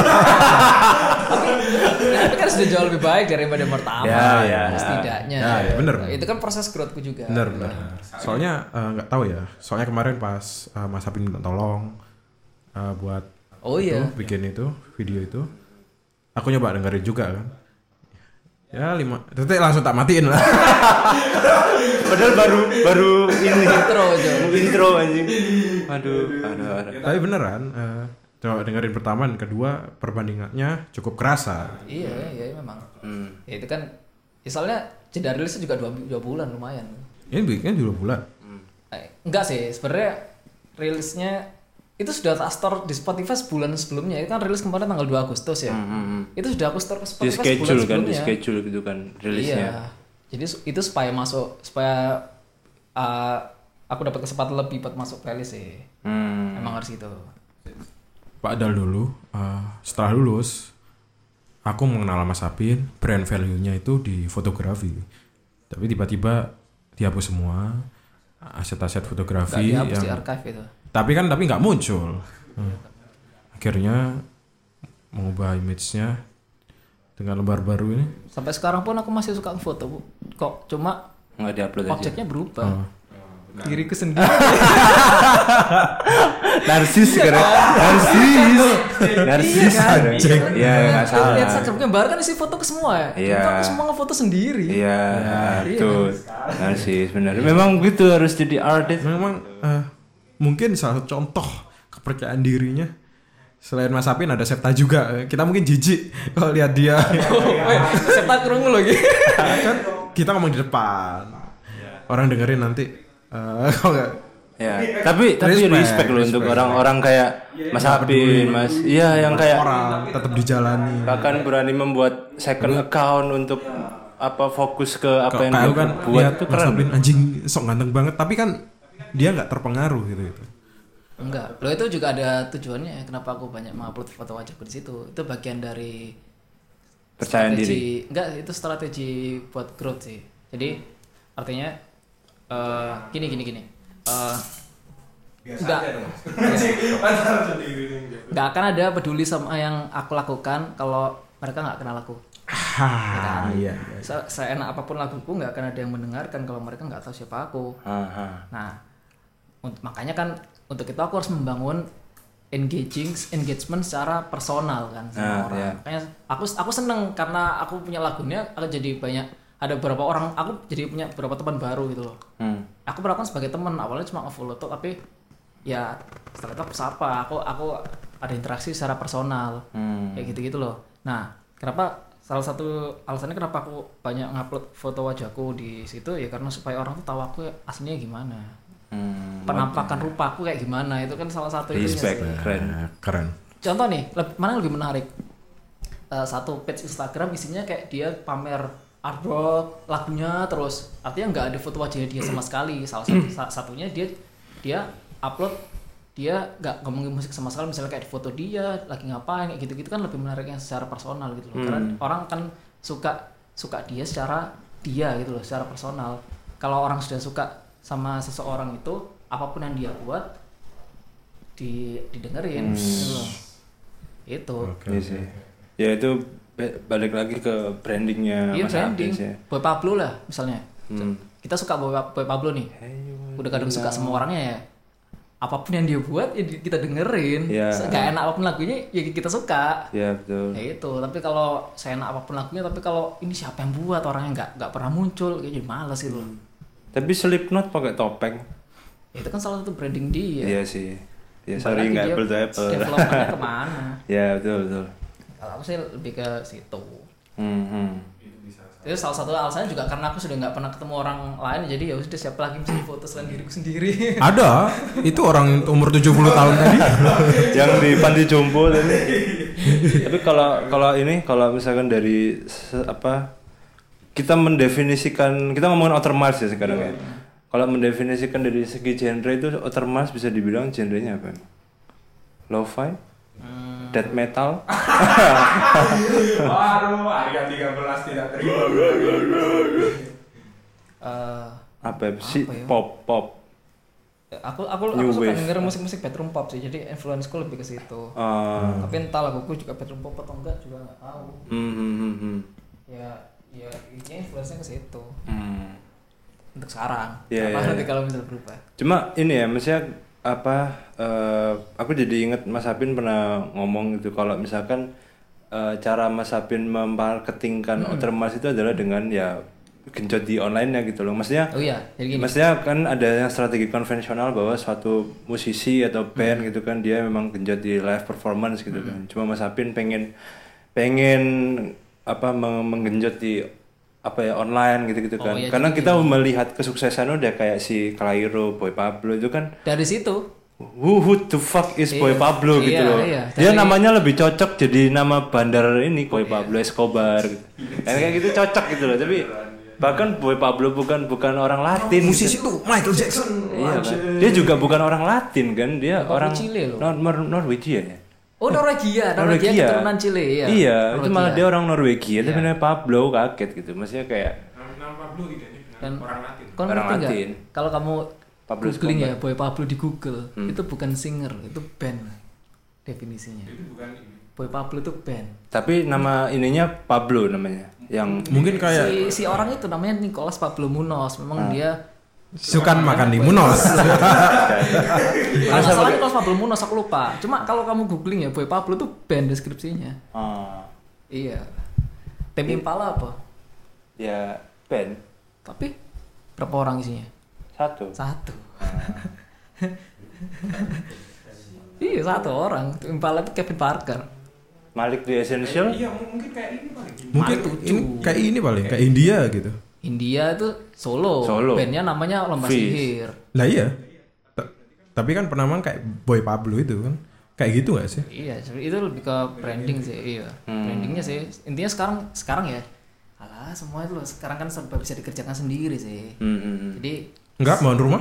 Tapi kan sudah jauh lebih baik daripada pertama. Setidaknya. Ya, bener. Itu kan proses growthku juga. Bener. Soalnya nggak tahu ya. Soalnya kemarin pas Mas Apin minta tolong buat bikin itu video itu, aku nyoba dengerin juga kan. Ya 5 detik langsung tak matiin lah. Padahal baru ini intro anjing. Aduh. Tapi beneran coba dengerin pertama dan kedua perbandingannya cukup kerasa. Iya memang. Ya itu kan misalnya jeda rilisnya juga 2 bulan lumayan. Ini bikinnya 2 bulan. Enggak sih, sebenarnya rilisnya itu sudah tak store di Spotify sebulan sebelumnya. Itu kan rilis kemarin tanggal 2 Agustus ya. Itu sudah aku store ke Spotify sebulan sebelumnya. Di schedule gitu kan rilisnya. Iya. Jadi itu supaya aku dapat kesempatan lebih buat masuk playlist sih. Emang harus gitu. Padahal dulu setelah lulus aku mengenal Mas Apin, brand value-nya itu di fotografi. Tapi tiba-tiba dihapus semua aset-aset fotografi yang di archive itu. Tapi nggak muncul. Akhirnya mengubah image-nya dengan lembar baru ini. Sampai sekarang pun aku masih suka foto, Bu. Kok cuma nggak diupload aja. Objeknya berubah. Diriku sendiri. Narsis kan. Ya nggak salah. Lihat Instagram gambar kan isi foto ke semua ya. Kita aku semua ngefoto sendiri. Iya, betul. Narsis benar. Memang gitu harus jadi artis. Memang mungkin salah satu contoh kepercayaan dirinya selain Mas Apin ada Septa juga. Kita mungkin jijik kalau lihat dia. Septa kerungu lagi. Kan kita ngomong di depan. Orang dengerin nanti kalau nggak. Ya, tapi respect loh untuk orang-orang kayak Mas Apin, Mas. Iya, yang kayak orang tetap dijalani. Bahkan berani membuat second account untuk fokus ke apa yang dia kan buat itu keren. Mas Apin anjing sok ganteng banget, tapi kan dia nggak terpengaruh gitu. Enggak, lo itu juga ada tujuannya. Kenapa aku banyak mengupload foto wajahku di situ? Itu bagian dari percaya diri. Enggak, itu strategi buat growth sih. Jadi artinya gini. Enggak akan ada peduli sama yang aku lakukan kalau mereka nggak kenal aku. Iya. Seenak apapun laguku nggak akan ada yang mendengarkan kalau mereka nggak tahu siapa aku. Nah, makanya kan untuk itu aku harus membangun engagement secara personal kan sama orang. Makanya aku seneng karena aku punya lagunya, aku jadi banyak ada beberapa orang, aku jadi punya beberapa teman baru gitu loh. Aku berlakukan sebagai teman, awalnya cuma nge-follow tuh, tapi ya setelah itu aku sapa, aku ada interaksi secara personal kayak gitu loh. Nah, kenapa salah satu alasannya kenapa aku banyak ngupload foto wajahku di situ ya karena supaya orang tuh tahu aku aslinya gimana. Penampakan rupaku kayak gimana itu kan salah satu itunya Respect, sih. keren. Contoh nih, mana yang lebih menarik? Satu page Instagram isinya kayak dia pamer artwork lagunya terus artinya nggak ada foto wajahnya dia sama sekali. Satunya dia upload dia nggak ngomongin musik sama sekali, misalnya kayak di foto dia lagi ngapain kayak gitu-gitu kan lebih menarik yang secara personal gitu loh. Karena orang kan suka dia secara dia gitu loh, secara personal. Kalau orang sudah suka sama seseorang itu apapun yang dia buat didengerin gitu loh. Itu. Iya sih. Ya itu balik lagi ke brandingnya Mas branding. Apis ya. Boy Pablo lah misalnya. Kita suka Boy Pablo nih. Udah kadang suka sama orangnya ya. Apapun yang dia buat ya kita dengerin. Gak enak apapun lagunya ya kita suka. Iya betul. Ya itu. Tapi kalau saya enak apapun lagunya, tapi kalau ini siapa yang buat orangnya nggak pernah muncul, kayak jadi males gitu. Tapi Slipknot pakai topeng. Ya, itu kan salah satu branding dia. Iya sih. Ya sorry nggak apple to apple. Developmentnya kemana? Ya betul. Kalau aku sih lebih ke situ. Itu Itu salah satu alasannya juga karena aku sudah nggak pernah ketemu orang lain, jadi ya udah siapa lagi bisa foto selain diriku sendiri. ada, itu orang umur 70 tahun tadi. Yang di panti jompo tadi. Tapi kalau misalkan dari kita mendefinisikan, kita ngomongin Outer Mars ya sekarang ya. Kalau mendefinisikan dari segi genre itu Outer Mars bisa dibilang genrenya apa? Lo-fi? Death metal? Waduh, harga 13 tidak terima. Apa sih? ya? Pop. Aku New suka wave. denger musik bedroom pop sih, jadi influence-ku lebih ke situ. Tapi entah laguku juga bedroom pop atau enggak juga nggak tahu. Ya intinya influence-nya ke situ. Untuk sekarang. Nanti kalau misalnya berubah. Cuma ini ya, maksudnya aku jadi inget Mas Apin pernah ngomong gitu kalau misalkan cara Mas Apin memarketingkan Outer Mars itu adalah dengan ya genjot di online-nya gitu loh. Maksudnya jadi gini. Maksudnya kan ada yang strategi konvensional bahwa suatu musisi atau band gitu kan dia memang genjot di live performance gitu kan. Cuma Mas Apin pengen menggenjot di online gitu kan. Karena kita melihat kesuksesan udah kayak si Clairo, Boy Pablo itu kan dari situ. Who the fuck is Boy Pablo gitu loh. Dia namanya lebih cocok jadi nama bandar ini Boy Pablo Escobar gitu. Kayak gitu cocok gitu loh. Tapi bahkan Boy Pablo bukan orang Latin. Musisi itu Michael Jackson. Iya kan. Dia juga bukan orang Latin kan. Dia orang Chile loh. Norwegia ya. Oh Norwegia keturunan Chile ya. Iya, itu malah dia orang Norwegia tapi namanya Pablo, kaget gitu. Maksudnya kayak Nama Pablo tidak orang Latin. Orang Latin. Kalau kamu Pablo googling Escobar. ya Boy Pablo di Google, itu bukan singer, itu band definisinya. Itu bukan ini. Boy Pablo itu band. Tapi nama ininya Pablo namanya. Yang Mungkin kayak si orang itu namanya Nicolas Pablo Munoz. Memang dia suka makan di Munoz. kalau nggak salah Nicolas Pablo Munoz, aku lupa. Cuma kalau kamu googling ya Boy Pablo itu band deskripsinya. Iya. Tame Impala apa? Ya band. Tapi berapa orang isinya? Satu. Iya, satu orang. Impala itu Kevin Parker. Malik The Essential. Iya, mungkin kayak ini paling. Mungkin ini paling kayak India gitu. India itu solo. Bandnya namanya Lomba Sihir. Lah iya. Tapi kan penamaan kayak Boy Pablo itu kan. Kayak gitu gak sih? Iya, itu lebih ke branding sih. Iya. Brandingnya sih. Intinya sekarang ya. Alah, semua itu loh. Sekarang kan serba bisa dikerjakan sendiri sih. Jadi enggak mau rumah?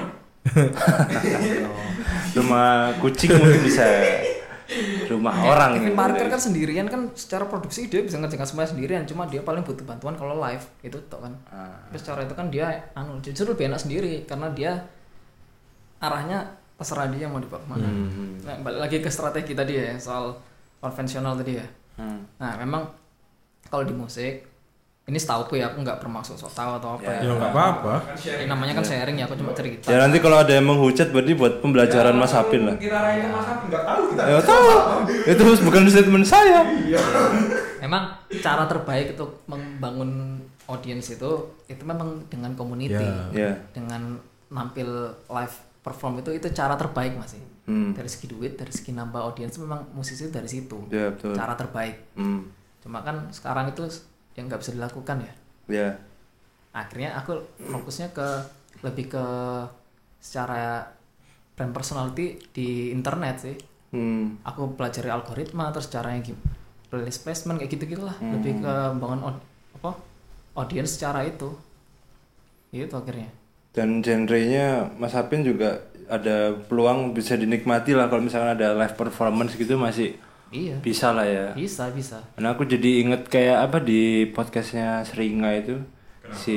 Rumah kucing mungkin bisa. Rumah orang. Kevin Parker kan sendirian kan secara produksi dia bisa ngerjakan semuanya sendirian, cuma dia paling butuh bantuan kalau live itu toh kan. Tapi secara itu kan dia justru lebih enak sendiri karena dia arahnya terserah dia mau dibawa kemana. Nah, balik lagi ke strategi tadi ya soal konvensional tadi ya. Nah memang kalau di musik ini setauku ya, aku nggak bermaksud sok tahu atau apa Ya nggak apa-apa. Ini namanya kan sharing ya, aku cuma cerita. Ya nanti kalau ada yang menghujat berarti buat pembelajaran Mas Apin lah. Kira-kira Mas Apin nggak tahu kita. Ya tahu. Itu bukan statement saya. Memang cara terbaik untuk membangun audiens itu memang dengan community, dengan nampil live perform itu cara terbaik masih. Dari segi duit, dari segi nambah audiens memang musisi dari situ. Ya, betul. Cara terbaik. Cuma kan sekarang itu yang nggak bisa dilakukan ya. Ya. Akhirnya aku fokusnya lebih ke secara brand personality di internet sih. Aku pelajari algoritma, terus caranya playlist placement kayak gitu-gitulah. Lebih ke bangun audience secara itu. Itu akhirnya. Dan genrenya Mas Apin juga ada peluang bisa dinikmati lah kalau misalkan ada live performance gitu masih bisa lah ya. Bisa. Nah aku jadi inget kayak apa di podcastnya Seringa itu. Kenapa? Si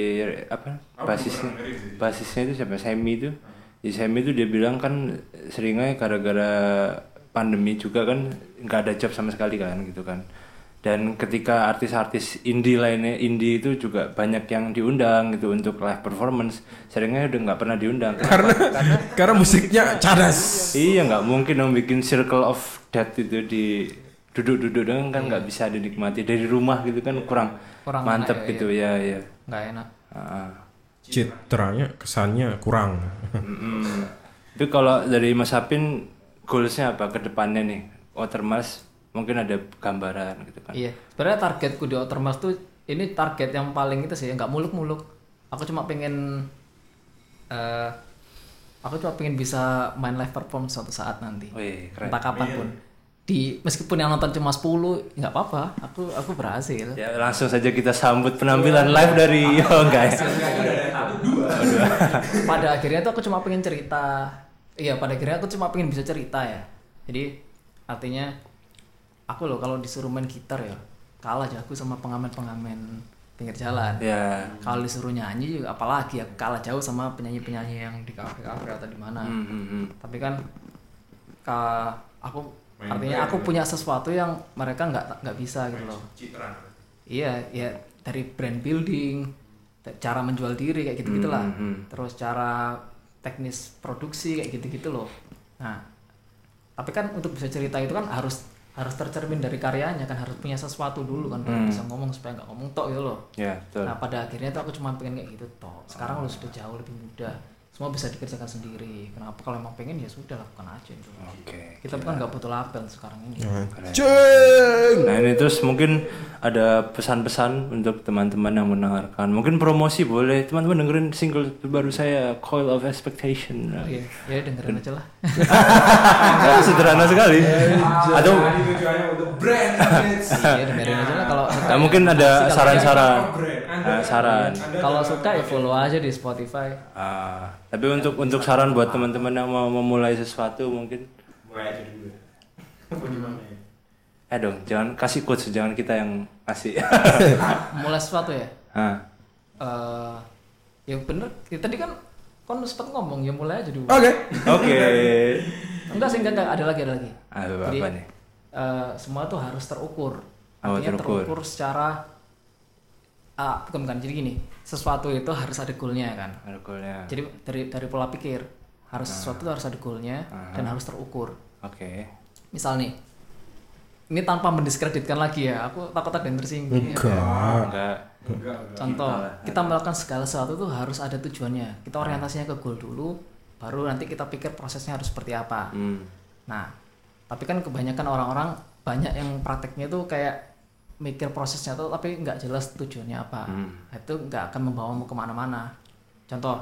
basisnya itu siapa? Semi itu. Di Semi itu dia bilang kan seringnya gara-gara pandemi juga kan nggak ada job sama sekali kan gitu kan. Dan ketika artis-artis indie itu juga banyak yang diundang gitu untuk live performance, seringnya udah nggak pernah diundang. Karena musiknya cadas. Iya, nggak mungkin dong bikin Circle of Death itu di duduk-duduk doang kan nggak bisa dinikmati dari rumah gitu kan kurang mantep gitu ya. Nggak enak. Citranya kesannya kurang. Itu kalau dari Mas Apin goalsnya apa ke depannya nih? Outermars mungkin ada gambaran gitu kan? Iya, sebenarnya targetku di Outermars tuh ini target yang paling itu sih, nggak muluk-muluk. Aku cuma pengen bisa main live perform suatu saat nanti. Wih, keren. Entah kapan pun. Meskipun yang nonton cuma 10, nggak apa-apa. Aku berhasil. Ya langsung saja kita sambut penampilan live dari guys. Pada akhirnya tuh aku cuma pengen cerita. Iya, pada akhirnya aku cuma pengen bisa cerita ya. Jadi artinya aku loh kalau disuruh main gitar ya kalah jago sama pengamen-pengamen pinggir jalan. Ya. Kalau disuruh nyanyi juga apalagi ya kalah jauh sama penyanyi-penyanyi yang di kafe-kafe atau di mana. Tapi kan artinya aku punya sesuatu yang mereka nggak bisa gitu loh. Iya, ya dari brand building, cara menjual diri kayak gitu-gitulah. Terus cara teknis produksi kayak gitu-gitu loh. Nah, tapi kan untuk bisa cerita itu kan harus tercermin dari karyanya kan, harus punya sesuatu dulu kan baru bisa ngomong, supaya nggak ngomong tok gitu loh. Ya, betul. Nah, pada akhirnya tuh aku cuma pengen kayak gitu tok. Sekarang lu sudah jauh lebih mudah. Semua bisa dikerjakan sendiri. Kenapa? Kalau emang pengen ya sudah lakukan aja itu. Oke. Kita bukan nggak butuh label sekarang ini. Nah ini terus mungkin ada pesan-pesan untuk teman-teman yang mendengarkan. Mungkin promosi boleh teman-teman dengerin single baru saya Coil of Expectation. Iya, ya dengerin aja lah. Sederhana sekali. Atau iya dengerin aja lah kalau. Nah, mungkin ada saran-saran. Saran. Kalau suka ya follow aja di Spotify. Tapi untuk saran buat teman-teman yang mau memulai sesuatu mungkin mulai aja dulu. Gimana ya? Dong, jangan kasih quotes, jangan kita yang kasih. Mulai sesuatu ya? Ya bener, ya, tadi kan sempat ngomong ya mulai aja dulu. Oke. Enggak sih, enggak ada lagi. Jadi, apa nih? Semua tuh harus terukur. Oh, Artinya terukur secara bukan jadi gini, sesuatu itu harus ada goalnya kan. Ada goalnya. Jadi dari pola pikir harus sesuatu itu harus ada goalnya dan harus terukur. Oke. Misal nih, ini tanpa mendiskreditkan lagi ya, aku takut ada yang tersinggung. Enggak. Contoh, kita melakukan segala sesuatu tuh harus ada tujuannya. Kita orientasinya ke goal dulu, baru nanti kita pikir prosesnya harus seperti apa. Nah, tapi kan kebanyakan orang-orang banyak yang prakteknya tuh kayak mikir prosesnya tuh tapi nggak jelas tujuannya apa. Itu nggak akan membawamu kemana-mana. Contoh,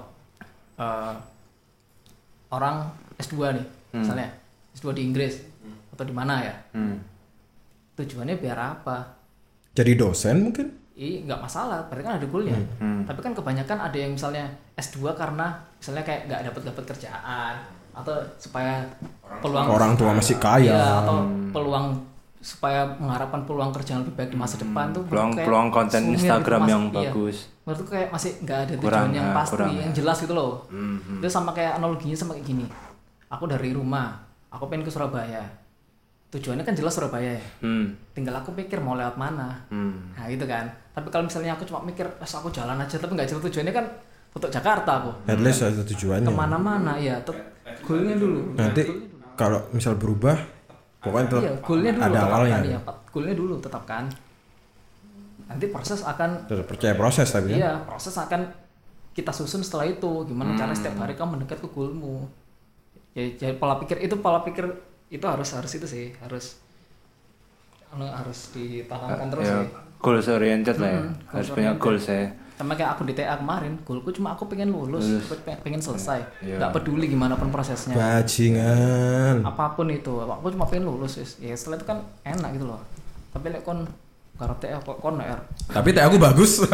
orang S2 nih, misalnya S2 di Inggris atau di mana ya, tujuannya biar apa? Jadi dosen mungkin? Iya, nggak masalah, berarti kan ada goalnya. Tapi kan kebanyakan ada yang misalnya S2 karena misalnya kayak nggak dapat kerjaan atau supaya peluang orang tua masih kaya, ya, atau peluang supaya mengharapkan peluang kerja yang lebih baik di masa depan tuh peluang konten Instagram yang bagus. Menurutku kayak masih nggak ada tujuan yang pasti, yang jelas gitu loh. Itu sama kayak analoginya sama kayak gini. Aku dari rumah, aku pengen ke Surabaya. Tujuannya kan jelas Surabaya ya. Tinggal aku pikir mau lewat mana. Nah gitu kan. Tapi kalau misalnya aku cuma mikir, aku jalan aja tapi nggak jelas tujuannya kan untuk Jakarta aku. At least ada tujuannya. Kemana-mana ya, goalnya dulu. Nanti kalau misal berubah, pokoknya tetap goalnya dulu ada awalnya. Ya, goalnya dulu tetapkan. Nanti proses akan percaya proses tapi iya, proses akan kita susun setelah itu. Gimana cara setiap hari kamu mendekat ke goalmu. Ya, jadi pola pikir itu harus itu sih, harus harus ditanamkan terus Ya, ya. goals oriented lah ya. Harus goals punya oriented. goals ya. Sama kayak aku di TA kemarin, goalku cuma aku pengen lulus. Pengen selesai. Iya. Nggak peduli gimana pun prosesnya. Bajingan. Apapun itu, aku cuma pengen lulus ya. Setelah itu kan enak gitu loh. Tapi lek kon garap TA kok kon er. Tapi teh aku bagus.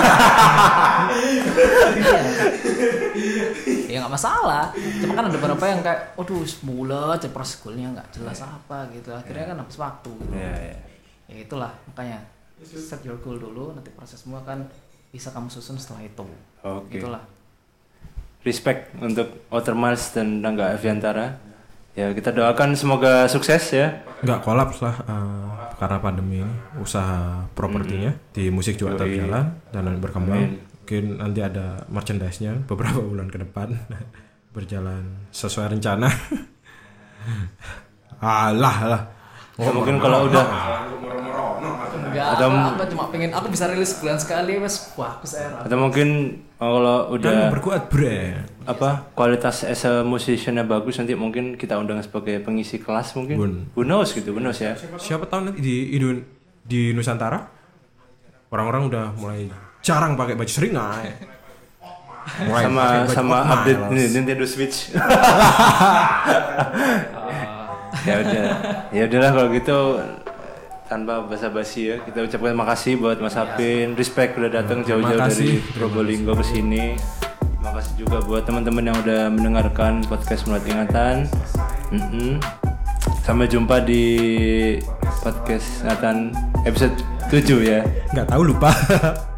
Ya nggak masalah. Cuma kan ada beberapa yang kayak, aduh semula aja proses goalnya nggak jelas apa gitu. Akhirnya kan habis waktu gitu. Iya. Ya itulah makanya set your goal dulu, nanti proses semua kan bisa kamu susun setelah itu. Oke. Itulah. Respect untuk Outermiles dan Rangga Aviantara. Ya kita doakan semoga sukses ya. Nggak kolaps lah karena pandemi ini. Usaha propertinya di musik juga tetap Yoi. jalan dan berkembang. Amin. Mungkin nanti ada merchandise-nya beberapa bulan ke depan berjalan sesuai rencana. Alah. Ya, mungkin kalau udah Enggak, aku cuma pengen aku bisa rilis sebulan sekali wes bagus era. atau mungkin kalau Dan udah berkuat bre. apa kualitas as a musician-nya bagus nanti mungkin kita undang sebagai pengisi kelas mungkin. Who knows ya. Siapa tahu nanti di Nusantara orang-orang udah mulai jarang pakai baju seringai. Mulai pakai baju Sama Hot update Miles. ini Nintendo Switch. Ya udahlah kalau gitu tanpa basa-basi ya kita ucapkan makasih buat Mas Apin, respect udah datang jauh-jauh dari Probolinggo ke sini. Terima kasih juga buat teman-teman yang udah mendengarkan podcast Merawat Ingatan. Sampai jumpa di podcast Ingatan episode 7 ya. Nggak tahu lupa.